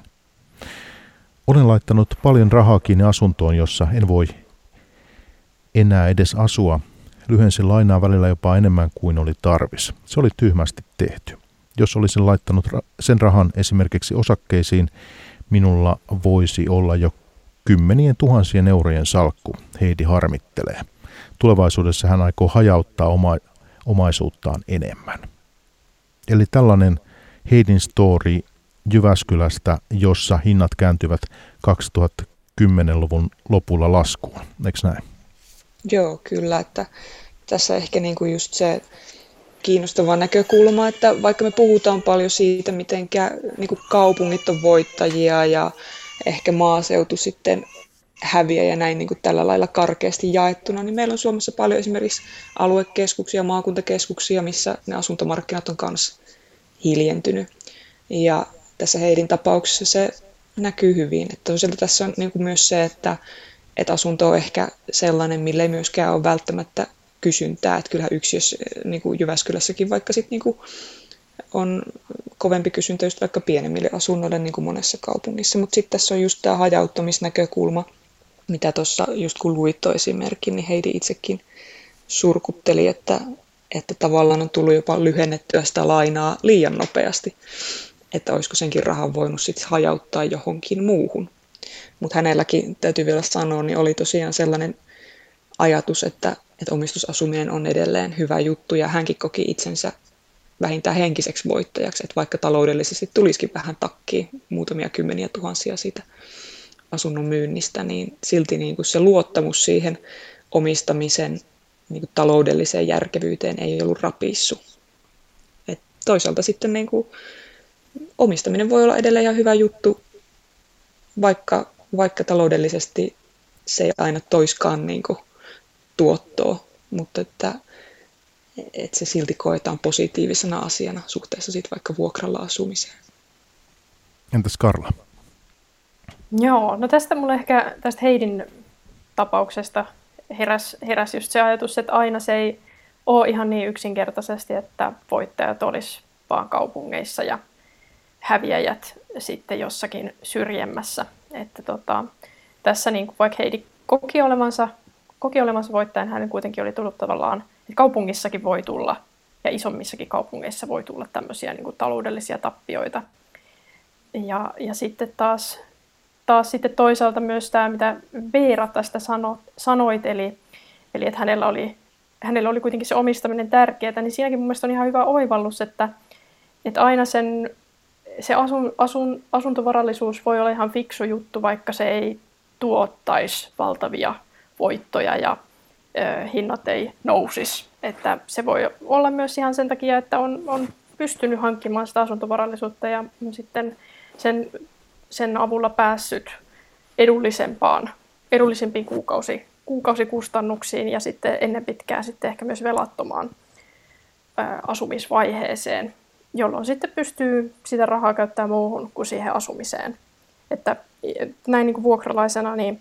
Olen laittanut paljon rahaa kiinni asuntoon, jossa en voi enää edes asua. Lyhensin lainaa välillä jopa enemmän kuin oli tarvis. Se oli tyhmästi tehty. Jos olisin laittanut sen rahan esimerkiksi osakkeisiin, minulla voisi olla jo kymmenien tuhansien eurojen salkku, Heidi harmittelee. Tulevaisuudessa hän aikoo hajauttaa oma, omaisuuttaan enemmän. Eli tällainen Heidin story Jyväskylästä, jossa hinnat kääntyvät kaksituhattakymmenluvun lopulla laskuun. Eikö näin? Joo, kyllä. Että tässä ehkä niinku just se kiinnostava näkökulma, että vaikka me puhutaan paljon siitä, miten niin kuin kaupungit on voittajia ja ehkä maaseutu sitten häviää ja näin niin kuin tällä lailla karkeasti jaettuna, niin meillä on Suomessa paljon esimerkiksi aluekeskuksia, maakuntakeskuksia, missä ne asuntomarkkinat on myös hiljentynyt. Ja tässä Heidin tapauksessa se näkyy hyvin. Että tosiaan tässä on niin kuin myös se, että, että asunto on ehkä sellainen, millä ei myöskään ole välttämättä kysyntää. Että kyllähän yksi, jos niin kuin Jyväskylässäkin vaikka sit niin kuin on kovempi kysyntä just vaikka pienemmille asunnoille niin kuin monessa kaupungissa. Mutta sitten tässä on just tämä hajauttamisnäkökulma, mitä tuossa just kun luit tuo esimerkin, niin Heidi itsekin surkutteli, että, että tavallaan on tullut jopa lyhennettyä sitä lainaa liian nopeasti. Että olisiko senkin rahan voinut sitten hajauttaa johonkin muuhun. Mutta hänelläkin, täytyy vielä sanoa, niin oli tosiaan sellainen ajatus, että, että omistusasuminen on edelleen hyvä juttu, ja hänkin koki itsensä vähintään henkiseksi voittajaksi, että vaikka taloudellisesti tulisikin vähän takkiin, muutamia kymmeniä tuhansia siitä asunnon myynnistä, niin silti niin kuin se luottamus siihen omistamisen niin kuin taloudelliseen järkevyyteen ei ollut rapissu. Et toisaalta sitten niin kuin omistaminen voi olla edelleen ihan hyvä juttu, vaikka, vaikka taloudellisesti se ei aina toiskaan niin kuin tuottoa, mutta että, että se silti koetaan positiivisena asiana suhteessa sit vaikka vuokralla asumiseen. Entäs Karla? Joo, no tästä mulle ehkä tästä Heidin tapauksesta heräs, heräs just se ajatus, että aina se ei ole ihan niin yksinkertaisesti, että voittajat olisi vaan kaupungeissa ja häviäjät sitten jossakin syrjemmässä. Että tota, tässä niin kuin vaikka Heidi koki olevansa, koki olevansa voittajan, hän kuitenkin oli tullut tavallaan, että kaupungissakin voi tulla ja isommissakin kaupungeissa voi tulla tämmöisiä niin kuin taloudellisia tappioita. Ja, ja sitten taas, taas sitten toisaalta myös tämä, mitä Veera tästä sano, sanoit, eli, eli että hänellä oli, hänellä oli kuitenkin se omistaminen tärkeää, niin siinäkin mun mielestä on ihan hyvä oivallus, että, että aina sen, se asun, asun, asuntovarallisuus voi olla ihan fiksu juttu, vaikka se ei tuottaisi valtavia voittoja ja ö, hinnat ei nousisi. Että se voi olla myös ihan sen takia, että on, on pystynyt hankkimaan sitä asuntovarallisuutta ja sitten sen, sen avulla päässyt edullisempaan, edullisempiin kuukausi, kuukausikustannuksiin ja sitten ennen pitkään sitten ehkä myös velattomaan ö, asumisvaiheeseen, jolloin sitten pystyy sitä rahaa käyttämään muuhun kuin siihen asumiseen. Että näin niin kuin vuokralaisena niin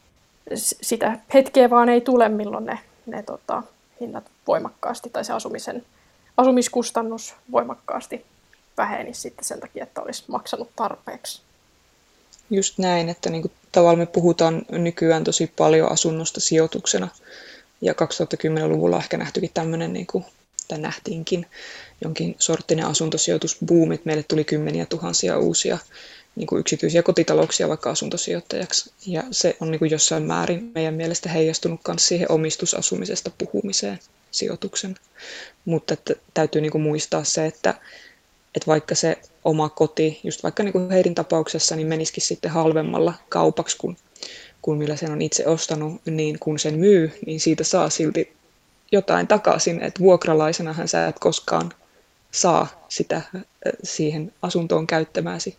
sitä hetkeä vaan ei tule, milloin ne, ne tota, hinnat voimakkaasti tai se asumisen, asumiskustannus voimakkaasti vähenisi sitten sen takia, että olisi maksanut tarpeeksi. Just näin, että niin kuin tavallaan me puhutaan nykyään tosi paljon asunnosta sijoituksena ja kaksituhattakymmenluvulla ehkä nähtykin tämmöinen, niin kuin, tai nähtiinkin jonkin sorttinen asuntosijoitusbuumi, että meille tuli kymmeniä tuhansia uusia niin kuin yksityisiä kotitalouksia vaikka asuntosijoittajaksi. Ja se on niin kuin jossain määrin meidän mielestä heijastunut myös siihen omistusasumisesta puhumiseen sijoituksen. Mutta että täytyy niin kuin muistaa se, että, että vaikka se oma koti, just vaikka niin kuin Heidin tapauksessa, niin menisikin sitten halvemmalla kaupaksi kuin, kuin millä sen on itse ostanut, niin kun sen myy, niin siitä saa silti jotain takaisin. Että vuokralaisenahan sä et koskaan saa sitä siihen asuntoon käyttämääsi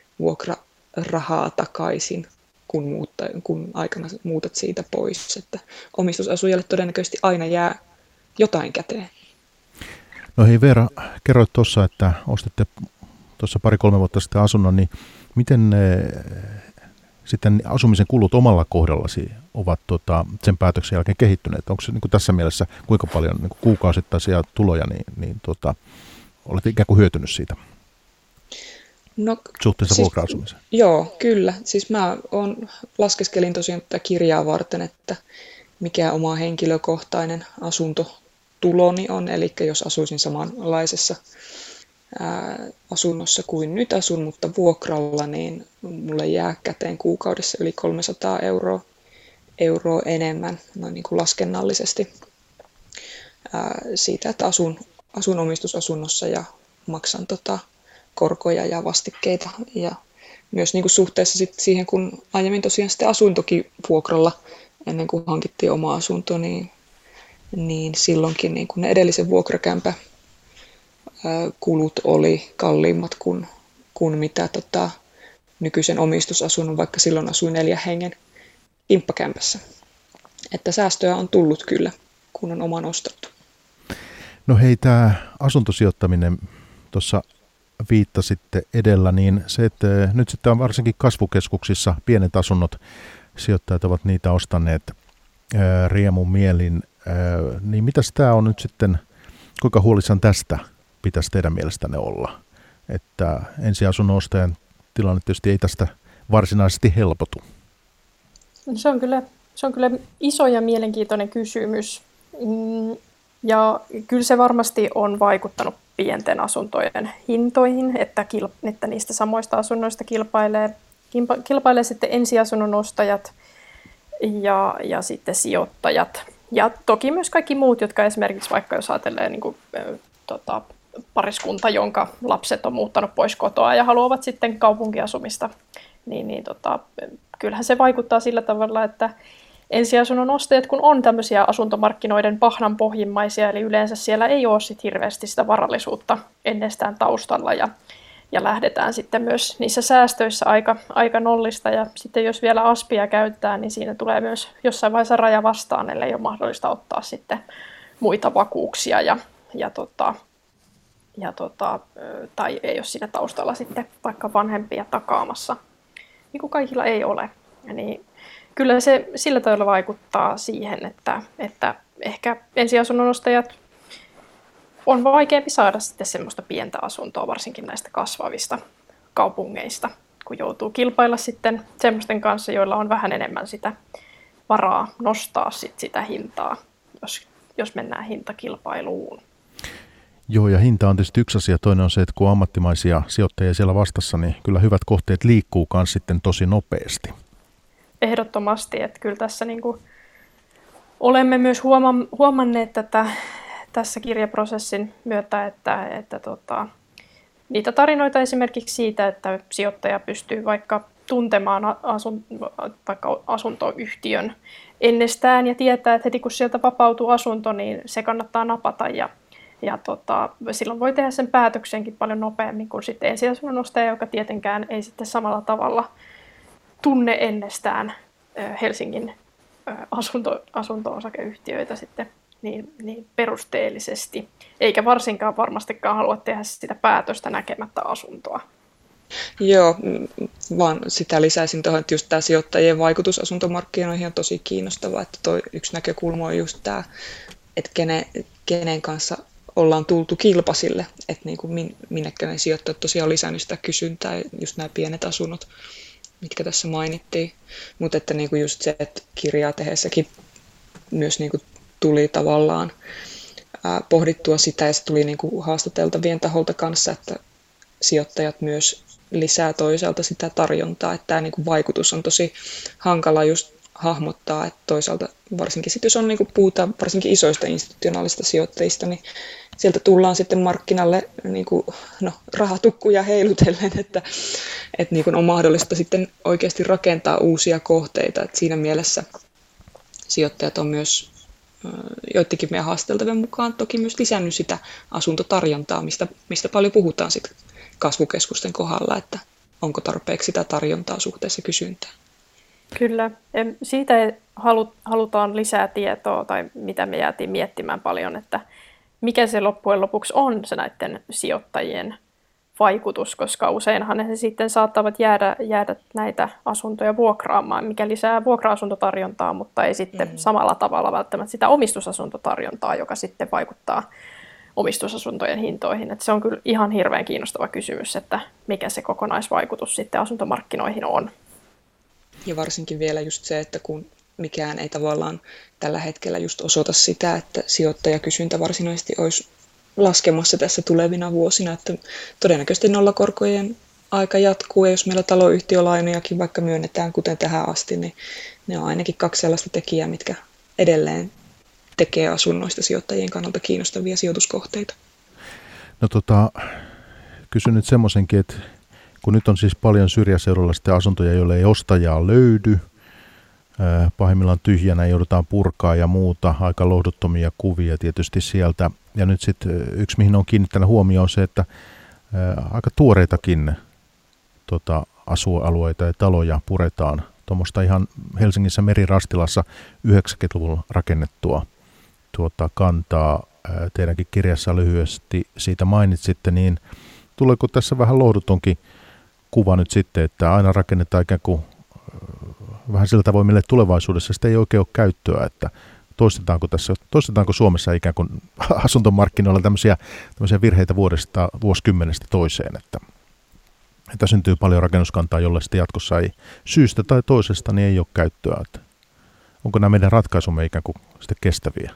vuokrarahaa takaisin, kun, muutta, kun aikana muutat siitä pois. Että omistusasujalle todennäköisesti aina jää jotain käteen. No hei Veera, kerroit tuossa, että ostitte tuossa pari-kolme vuotta sitten asunnon, niin miten ne, sitten asumisen kulut omalla kohdallasi ovat tota, sen päätöksen jälkeen kehittyneet? Onko se niin kuin tässä mielessä kuinka paljon niin kuin kuukausittaisia tuloja, niin, niin tota, olet ikään kuin hyötynyt siitä? No, suhteessa siis, vuokra-asumiseen? Joo, kyllä. Siis mä on, laskeskelin tosiaan tätä kirjaa varten, että mikä oma henkilökohtainen asuntotuloni on. Eli jos asuisin samanlaisessa ää, asunnossa kuin nyt asun, mutta vuokralla, niin mulle jää käteen kuukaudessa yli kolmesataa euroa, euroa enemmän noin niin kuin laskennallisesti ää, siitä, että asun, asun omistusasunnossa ja maksan tota, korkoja ja vastikkeita ja myös niin kuin suhteessa sit siihen, kun aiemmin tosiaan sitten asuin toki vuokralla ennen kuin hankittiin oma asunto, niin, niin silloinkin niin kuin ne edellisen vuokrakämpä kulut oli kalliimmat kuin, kuin mitä tota, nykyisen omistusasunnon, vaikka silloin asuin neljän hengen kimppakämpässä. Että säästöä on tullut kyllä, kun on oman ostettu. No hei, tämä asuntosijoittaminen tuossa viittasitte edellä, niin se, että nyt sitten on varsinkin kasvukeskuksissa pienet asunnot, sijoittajat ovat niitä ostaneet ää, riemun mielin, ää, niin mitäs tämä on nyt sitten, kuinka huolissaan tästä pitäisi teidän mielestänne olla? Että ensiasunnon ostajan tilanne tietysti ei tästä varsinaisesti helpotu. Se on kyllä, se on kyllä iso ja mielenkiintoinen kysymys. Ja kyllä se varmasti on vaikuttanut pienten asuntojen hintoihin, että, kil, että niistä samoista asunnoista kilpailee, kilpailee sitten ensiasunnon ostajat ja, ja sitten sijoittajat. Ja toki myös kaikki muut, jotka esimerkiksi vaikka jos ajatellaan niin kuin, äh, tota, pariskunta, jonka lapset on muuttanut pois kotoa ja haluavat sitten kaupunkiasumista, niin, niin tota, kyllähän se vaikuttaa sillä tavalla, että ensiasunnon ostajat, kun on tämmöisiä asuntomarkkinoiden pahnanpohjimmaisia, eli yleensä siellä ei ole sit hirveästi sitä varallisuutta ennestään taustalla, ja, ja lähdetään sitten myös niissä säästöissä aika, aika nollista, ja sitten jos vielä aspia käyttää, niin siinä tulee myös jossain vaiheessa raja vastaan, ellei ole mahdollista ottaa sitten muita vakuuksia, ja, ja, tota, ja tota, tai ei ole siinä taustalla sitten vaikka vanhempia takaamassa, niin kuin kaikilla ei ole, niin kyllä se sillä tavalla vaikuttaa siihen, että, että ehkä ensiasunnon ostajat on vaikeampi saada sitten semmoista pientä asuntoa, varsinkin näistä kasvavista kaupungeista, kun joutuu kilpailla sitten semmoisten kanssa, joilla on vähän enemmän sitä varaa nostaa sit sitä hintaa, jos, jos mennään hintakilpailuun. Joo, ja hinta on tietysti yksi asia. Toinen on se, että kun on ammattimaisia sijoittajia siellä vastassa, niin kyllä hyvät kohteet liikkuu myös sitten tosi nopeasti. Ehdottomasti, että kyllä tässä niin kuin olemme myös huoma- huomanneet tätä, tässä kirjaprosessin myötä, että, että tota, niitä tarinoita esimerkiksi siitä, että sijoittaja pystyy vaikka tuntemaan asun, vaikka asuntoyhtiön ennestään ja tietää, että heti kun sieltä vapautuu asunto, niin se kannattaa napata ja, ja tota, silloin voi tehdä sen päätöksenkin paljon nopeammin kuin sitten ensiasunnon ostaja, joka tietenkään ei sitten samalla tavalla tunne ennestään Helsingin asunto, asunto-osakeyhtiöitä sitten niin, niin perusteellisesti, eikä varsinkaan varmastikaan halua tehdä sitä päätöstä näkemättä asuntoa. Joo, vaan sitä lisäisin tuohon, että just tämä sijoittajien vaikutus asuntomarkkinoihin on tosi kiinnostava, että toi yksi näkökulma on just tämä, että kenen, kenen kanssa ollaan tultu kilpasille, että niin kuin minnekä ne sijoittajat tosiaan on lisännyt sitä kysyntää, just nämä pienet asunnot, mitkä tässä mainittiin, mutta että niinku just se, että kirjaa tehessäkin myös niinku tuli tavallaan ää, pohdittua sitä ja se tuli niinku haastateltavien taholta kanssa, että sijoittajat myös lisää toisaalta sitä tarjontaa, että tämä niinku vaikutus on tosi hankala just hahmottaa, että toisaalta varsinkin sit, jos on niinku puhutaan varsinkin isoista institutionaalista sijoittajista, niin sieltä tullaan sitten markkinalle niin kuin, no, rahatukkuja heilutellen, että, että niin kuin on mahdollista sitten oikeasti rakentaa uusia kohteita. Että siinä mielessä sijoittajat on myös joidenkin meidän haasteltavien mukaan toki myös lisännyt sitä asuntotarjontaa, mistä, mistä paljon puhutaan sitten kasvukeskusten kohdalla, että onko tarpeeksi sitä tarjontaa suhteessa kysyntään. Kyllä. Siitä halutaan lisää tietoa, tai mitä me jäätiin miettimään paljon, että mikä se loppujen lopuksi on se näiden sijoittajien vaikutus, koska useinhan he sitten saattavat jäädä, jäädä näitä asuntoja vuokraamaan, mikä lisää vuokra-asuntotarjontaa, mutta ei sitten mm. samalla tavalla välttämättä sitä omistusasuntotarjontaa, joka sitten vaikuttaa omistusasuntojen hintoihin. Että se on kyllä ihan hirveän kiinnostava kysymys, että mikä se kokonaisvaikutus sitten asuntomarkkinoihin on. Ja varsinkin vielä just se, että kun mikään ei tavallaan tällä hetkellä just osoita sitä, että sijoittajakysyntä varsinaisesti olisi laskemassa tässä tulevina vuosina, että todennäköisesti nollakorkojen aika jatkuu, ja jos meillä taloyhtiölainojakin vaikka myönnetään kuten tähän asti, niin ne on ainakin kaksi sellaista tekijää, mitkä edelleen tekee asunnoista sijoittajien kannalta kiinnostavia sijoituskohteita. No tota, kysyn nyt semmoisenkin, että kun nyt on siis paljon syrjäseudulla sitten asuntoja, joille ei ostajaa löydy, pahimmillaan tyhjänä joudutaan purkaa ja muuta, aika lohduttomia kuvia tietysti sieltä. ja nyt sitten yksi, mihin on kiinnittänyt huomioon, on se, että ää, aika tuoreitakin tota, asuinalueita ja taloja puretaan. Tuommoista ihan Helsingissä Merirastilassa yhdeksänkymmentäluvulla rakennettua tuota, kantaa. Ää, teidänkin kirjassa lyhyesti siitä mainitsitte, niin tuleeko tässä vähän lohdutonkin kuva nyt sitten, että aina rakennetaan ikään kuin vähän sillä tavoin, mille tulevaisuudessa sitä ei oikein ole käyttöä, että toistetaanko, tässä, toistetaanko Suomessa ikään kuin asuntomarkkinoilla tämmöisiä, tämmöisiä virheitä vuodesta, vuosikymmenestä toiseen, että, että syntyy paljon rakennuskantaa, jolle sitten jatkossa ei syystä tai toisesta niin ei ole käyttöä. Että onko nämä meidän ratkaisumme ikään kuin sitten kestäviä?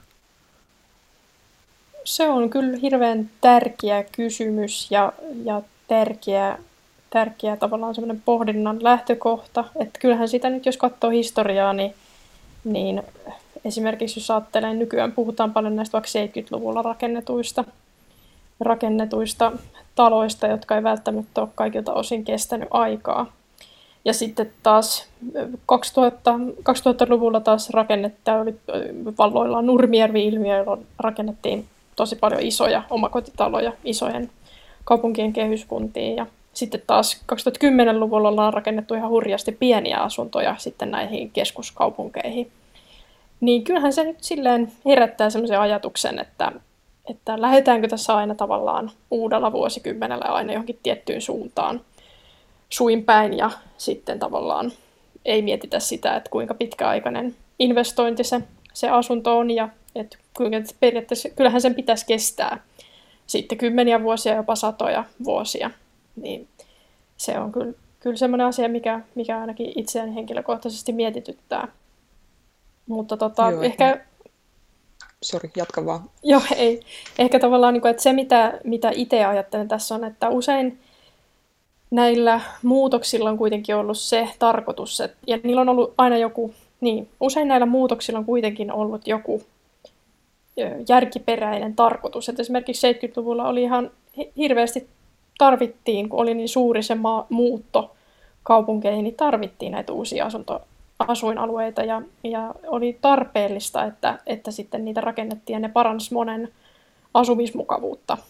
Se on kyllä hirveän tärkeä kysymys ja, ja tärkeä, tärkeä tavallaan semmoinen pohdinnan lähtökohta. Että kyllähän sitä nyt, jos katsoo historiaa, niin, niin esimerkiksi jos ajattelee, nykyään puhutaan paljon näistä vaikka seitsemänkymmentäluvulla rakennetuista, rakennetuista taloista, jotka ei välttämättä ole kaikilta osin kestänyt aikaa. Ja sitten taas kaksituhatta, kaksituhattaluvulla taas rakennetta oli valloillaan Nurmijärvi-ilmiö, jolloin rakennettiin tosi paljon isoja omakotitaloja isojen kaupunkien kehyskuntiin. Ja sitten taas kaksituhattakymmenluvulla ollaan rakennettu ihan hurjasti pieniä asuntoja sitten näihin keskuskaupunkeihin. Niin kyllähän se nyt silleen herättää semmoisen ajatuksen, että, että lähdetäänkö tässä aina tavallaan uudella vuosikymmenellä aina johonkin tiettyyn suuntaan suin päin ja sitten tavallaan ei mietitä sitä, että kuinka pitkäaikainen investointi se, se asunto on ja että periaatteessa kyllähän sen pitäisi kestää sitten kymmeniä vuosia, jopa satoja vuosia. Niin se on kyllä, kyllä semmoinen asia, mikä, mikä ainakin itseäni henkilökohtaisesti mietityttää. Mutta tota, Joo, ehkä... Sori, jatka vaan. Joo, ei. Ehkä tavallaan, että se mitä, mitä itse ajattelen tässä on, että usein näillä muutoksilla on kuitenkin ollut se tarkoitus, että, ja niillä on ollut aina joku, niin, usein näillä muutoksilla on kuitenkin ollut joku järkiperäinen tarkoitus. Että esimerkiksi seitsemänkymmentäluvulla oli ihan hirveästi tarvittiin, kun oli niin suuri se maa, muutto kaupunkeihin, niin tarvittiin näitä uusia asunto, asuinalueita ja, ja oli tarpeellista, että, että sitten niitä rakennettiin ja ne paransi monen asumismukavuutta.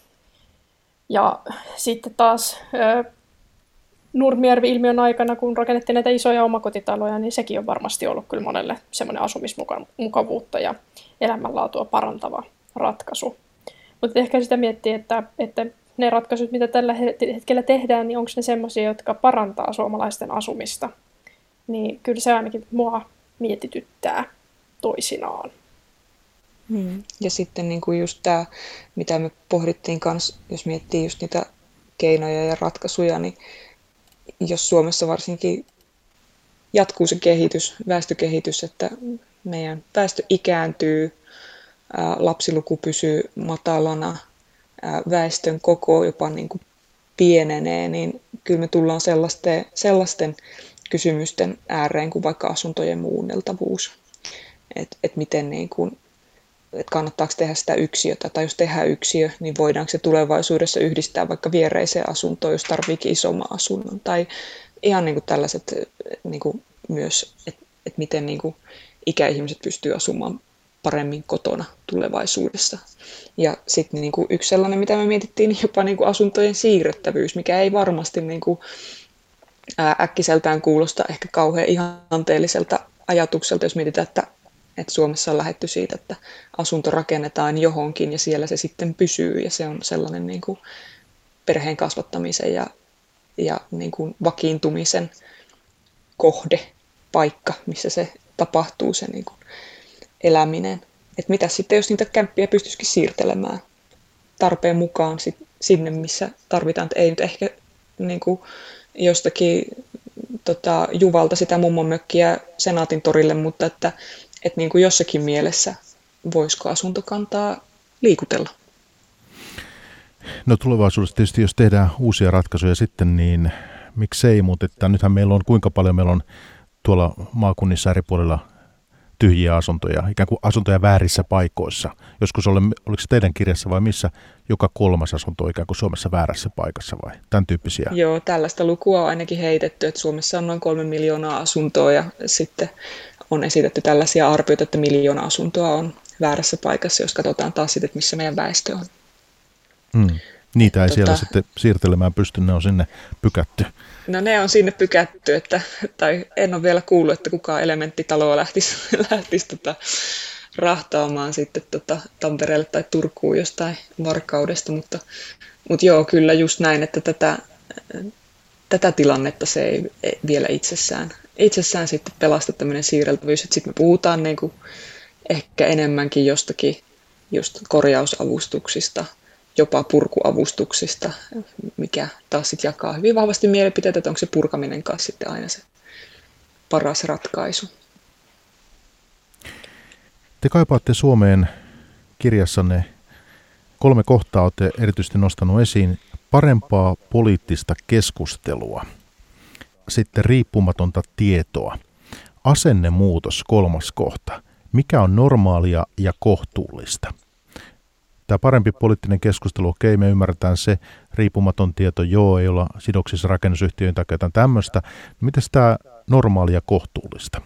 Ja sitten taas Nurmijärvi-ilmiön aikana, kun rakennettiin näitä isoja omakotitaloja, niin sekin on varmasti ollut kyllä monelle semmoinen asumismukavuutta ja elämänlaatua parantava ratkaisu. Mutta ehkä sitä miettii, että, että ne ratkaisut, mitä tällä hetkellä tehdään, niin onko ne semmoisia, jotka parantaa suomalaisten asumista. Niin kyllä se ainakin mua mietityttää toisinaan. Hmm. Ja sitten niin kuin just tämä, mitä me pohdittiin kanssa, jos miettii just niitä keinoja ja ratkaisuja, niin jos Suomessa varsinkin jatkuu se kehitys, väestökehitys, että meidän väestö ikääntyy, ää, lapsiluku pysyy matalana, ää, väestön koko jopa niin kuin pienenee, niin kyllä me tullaan sellaisten, sellaisten kysymysten ääreen kuin vaikka asuntojen muunneltavuus. Että et miten niin kuin, et kannattaako tehdä sitä yksiötä, tai jos tehdään yksiö, niin voidaanko se tulevaisuudessa yhdistää vaikka viereiseen asuntoon, jos tarviikin isomman asunnon. Tai ihan niin kuin tällaiset niin kuin myös, että et miten niin kuin ikäihmiset pystyy asumaan paremmin kotona tulevaisuudessa. Ja sitten niin kuin yksi sellainen, mitä me mietittiin, niin jopa niin kuin asuntojen siirrettävyys, mikä ei varmasti niin kuin äkkiseltään kuulosta ehkä kauhean ihanteelliselta ajatukselta, jos mietitään, että, että Suomessa on lähdetty siitä, että asunto rakennetaan johonkin ja siellä se sitten pysyy ja se on sellainen niin kuin perheen kasvattamisen ja, ja niin kuin vakiintumisen kohde, paikka, missä se tapahtuu se niin kuin eläminen. Että mitä sitten, jos niitä kämppiä pystyisikin siirtelemään tarpeen mukaan sit, sinne, missä tarvitaan, että ei nyt ehkä niin kuin jostakin tota, Juvalta sitä mummon mökkiä Senaatin torille, mutta että, että niin kuin jossakin mielessä voisiko asuntokantaa liikutella? No tulevaisuudessa tietysti, jos tehdään uusia ratkaisuja sitten, niin miksei, mutta että nythän meillä on kuinka paljon meillä on tuolla maakunnissa eri puolilla tyhjiä asuntoja, ikään kuin asuntoja väärissä paikoissa. Joskus ole, oliko se teidän kirjassa vai missä joka kolmas asunto on ikään kuin Suomessa väärässä paikassa vai tämän tyyppisiä? Joo, tällaista lukua on ainakin heitetty, että Suomessa on noin kolme miljoonaa asuntoa ja sitten on esitetty tällaisia arvioita, että miljoona asuntoa on väärässä paikassa, jos katsotaan taas sitten, missä meidän väestö on. Mm. Niitä ei tota, siellä sitten siirtelemään pysty, ne on sinne pykätty. No ne on sinne pykätty, että, tai en ole vielä kuullut, että kukaan elementtitaloa lähtisi, lähtisi tota, rahtaamaan sitten tota, Tampereelle tai Turkuun jostain Varkaudesta, mutta, mutta joo, kyllä just näin, että tätä, tätä tilannetta se ei, ei vielä itsessään, itsessään sitten pelasta tämmöinen siirreltävyys, että sitten me puhutaan niin kuin ehkä enemmänkin jostakin just korjausavustuksista, jopa purkuavustuksista, mikä taas sitten jakaa hyvin vahvasti mielipiteitä, että onko se purkaminen kanssa sitten aina se paras ratkaisu. Te kaipaatte Suomeen kirjassanne kolme kohtaa, olette erityisesti nostanut esiin parempaa poliittista keskustelua, sitten riippumatonta tietoa, asennemuutos kolmas kohta, mikä on normaalia ja kohtuullista. Tämä parempi poliittinen keskustelu, okei, me ymmärretään se, riippumaton tieto, joo, ei olla sidoksissa rakennusyhtiöön tai jotain tämmöistä. Miten tämä normaali ja kohtuullista?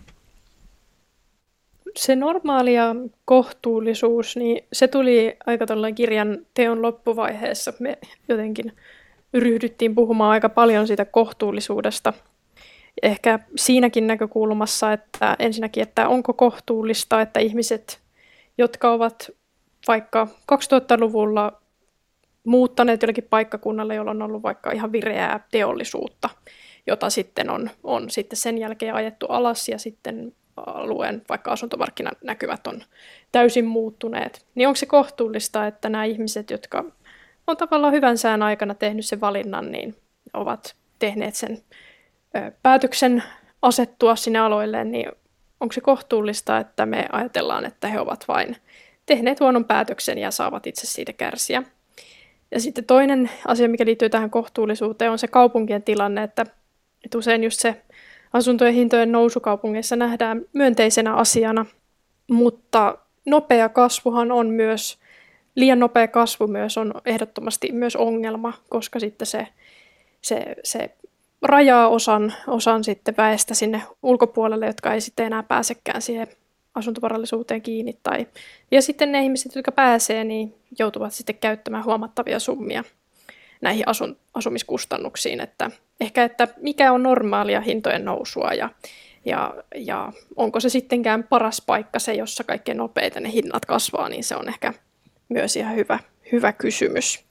Se normaali ja kohtuullisuus, niin se tuli aika tuollainen kirjan teon loppuvaiheessa. Me jotenkin ryhdyttiin puhumaan aika paljon siitä kohtuullisuudesta. Ehkä siinäkin näkökulmassa, että ensinnäkin, että onko kohtuullista, että ihmiset, jotka ovat vaikka kaksituhattaluvulla muuttaneet jollekin paikkakunnalle, jolla on ollut vaikka ihan vireää teollisuutta, jota sitten on, on sitten sen jälkeen ajettu alas ja sitten alueen vaikka asuntomarkkinanäkymät on täysin muuttuneet. Niin onko se kohtuullista, että nämä ihmiset, jotka on tavallaan hyvän sään aikana tehnyt sen valinnan, niin ovat tehneet sen ö, päätöksen asettua sinne aloilleen, niin onko se kohtuullista, että me ajatellaan, että he ovat vain tehneet huonon päätöksen ja saavat itse siitä kärsiä. Ja sitten toinen asia, mikä liittyy tähän kohtuullisuuteen, on se kaupunkien tilanne, että, että usein just se asuntojen hintojen nousu kaupungeissa nähdään myönteisenä asiana, mutta nopea kasvuhan on myös, liian nopea kasvu myös on ehdottomasti myös ongelma, koska sitten se, se, se rajaa osan, osan sitten väestä sinne ulkopuolelle, jotka ei sitten enää pääsekään siihen asuntovarallisuuteen kiinni. Tai, ja sitten ne ihmiset, jotka pääsee, niin joutuvat sitten käyttämään huomattavia summia näihin asun, asumiskustannuksiin. Että ehkä, että mikä on normaalia hintojen nousua ja, ja, ja onko se sittenkään paras paikka se, jossa kaikkein nopeiten ne hinnat kasvaa, niin se on ehkä myös ihan hyvä, hyvä kysymys.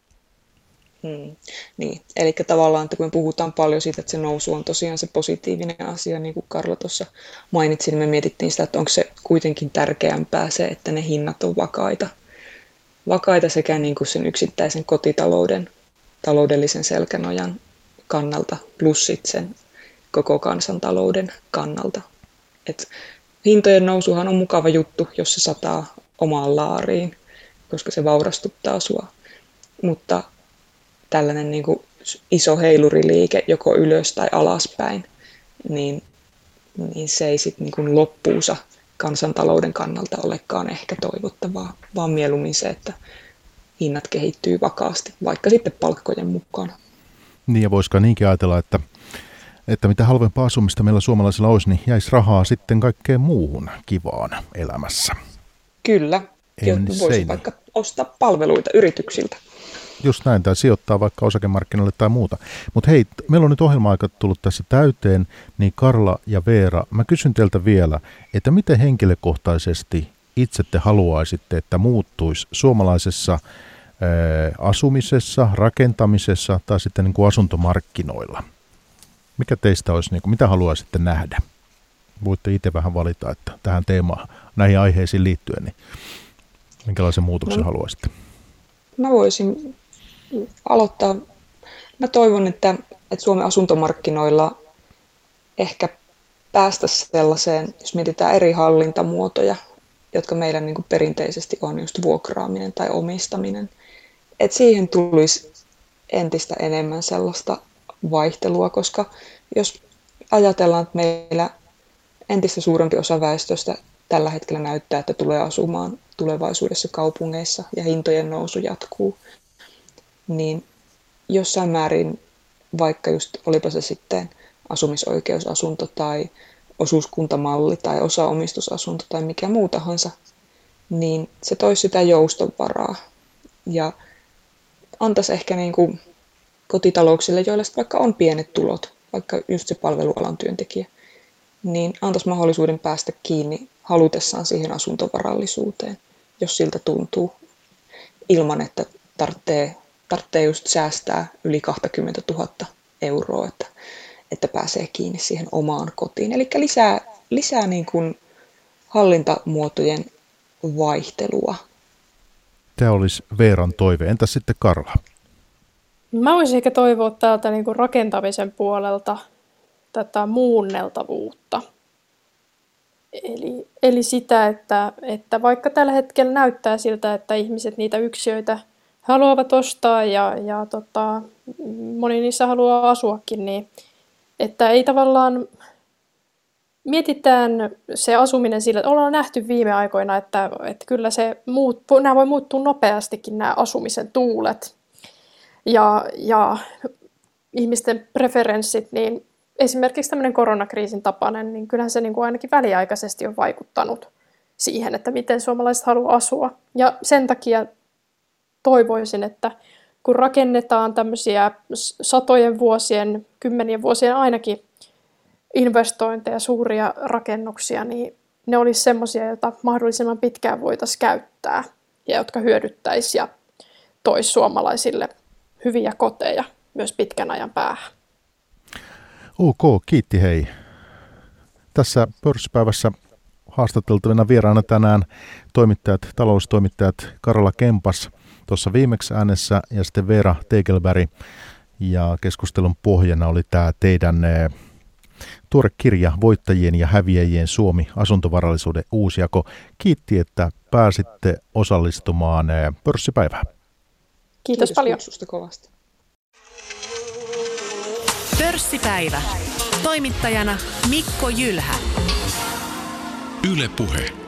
Hmm. Niin, eli tavallaan, että kun me puhutaan paljon siitä, että se nousu on tosiaan se positiivinen asia, niin kuin Karla tuossa mainitsi, niin me mietittiin sitä, että onko se kuitenkin tärkeämpää se, että ne hinnat on vakaita. Vakaita sekä niin kuin sen yksittäisen kotitalouden taloudellisen selkänojan kannalta, plus sitten sen koko kansantalouden kannalta. Et hintojen nousuhan on mukava juttu, jos se sataa omaan laariin, koska se vaurastuttaa sua, mutta tällainen niin kuin iso heiluriliike joko ylös tai alaspäin, niin, niin se ei sitten niin kuin loppuunsa kansantalouden kannalta olekaan ehkä toivottavaa, vaan mieluummin se, että hinnat kehittyy vakaasti, vaikka sitten palkkojen mukana. Niin ja voisiko niinkin ajatella, että, että mitä halvempaa asumista meillä suomalaisilla olisi, niin jäisi rahaa sitten kaikkeen muuhun kivaan elämässä. Kyllä, voisi vaikka ostaa palveluita yrityksiltä. Just näin, tai sijoittaa vaikka osakemarkkinoille tai muuta. Mutta hei, meillä on nyt ohjelma-aika tullut tässä täyteen, niin Karla ja Veera, mä kysyn teiltä vielä, että miten henkilökohtaisesti itse te haluaisitte, että muuttuisi suomalaisessa ää, asumisessa, rakentamisessa tai sitten niin kuin asuntomarkkinoilla? Mikä teistä olisi, niin kuin, mitä haluaisitte nähdä? Voitte itse vähän valita, että tähän teemaan, näihin aiheisiin liittyen, niin minkälaisen muutoksen no, haluaisitte? Mä voisin aloittaa. Mä toivon, että, että Suomen asuntomarkkinoilla ehkä päästäisiin sellaiseen, jos mietitään eri hallintamuotoja, jotka meillä niin kuin perinteisesti on just vuokraaminen tai omistaminen, että siihen tulisi entistä enemmän sellaista vaihtelua, koska jos ajatellaan, että meillä entistä suurempi osa väestöstä tällä hetkellä näyttää, että tulee asumaan tulevaisuudessa kaupungeissa ja hintojen nousu jatkuu, niin jossain määrin, vaikka just olipa se sitten asumisoikeusasunto tai osuuskuntamalli tai osaomistusasunto tai mikä muu tahansa, niin se toisi sitä joustonvaraa ja antaisi ehkä niin kuin kotitalouksille, joilla vaikka on pienet tulot, vaikka just se palvelualan työntekijä, niin antaisi mahdollisuuden päästä kiinni halutessaan siihen asuntovarallisuuteen, jos siltä tuntuu, ilman että tarvitsee, tarvitsee just säästää yli kaksikymmentätuhatta euroa, että, että pääsee kiinni siihen omaan kotiin. Eli lisää, lisää niin kuin hallintamuotojen vaihtelua. Tämä olisi Veeran toive. Entäs sitten Karla? Mä voisin ehkä toivoa täältä niin kuin rakentamisen puolelta tätä muunneltavuutta. Eli, eli sitä, että, että vaikka tällä hetkellä näyttää siltä, että ihmiset niitä yksiöitä haluavat ostaa ja, ja tota, moni niissä haluaa asuakin, niin että ei tavallaan mietitään se asuminen sillä, että ollaan nähty viime aikoina, että, että kyllä se muut, nämä voi muuttua nopeastikin nämä asumisen tuulet ja, ja ihmisten preferenssit, niin esimerkiksi tämmöinen koronakriisin tapainen, niin kyllähän se niin kuin ainakin väliaikaisesti on vaikuttanut siihen, että miten suomalaiset haluaa asua. Ja sen takia toivoisin, että kun rakennetaan tämmöisiä satojen vuosien, kymmenien vuosien ainakin investointeja, suuria rakennuksia, niin ne olisi semmoisia, joita mahdollisimman pitkään voitaisiin käyttää ja jotka hyödyttäisi ja toisi suomalaisille hyviä koteja myös pitkän ajan päähän. Ok, kiitti hei. Tässä pörssipäivässä haastateltavina vieraana tänään toimittajat, taloustoimittajat Karla Kempas tuossa viimeksi äänessä ja sitten Veera Tegelberg. Ja keskustelun pohjana oli tämä teidän tuore kirja Voittajien ja häviäjien Suomi, asuntovarallisuuden uusjako. Kiitti, että pääsitte osallistumaan pörssipäivään. Kiitos, Kiitos paljon. kutsusta kovasti. Pörssipäivä. Toimittajana Mikko Jylhä. Yle Puhe.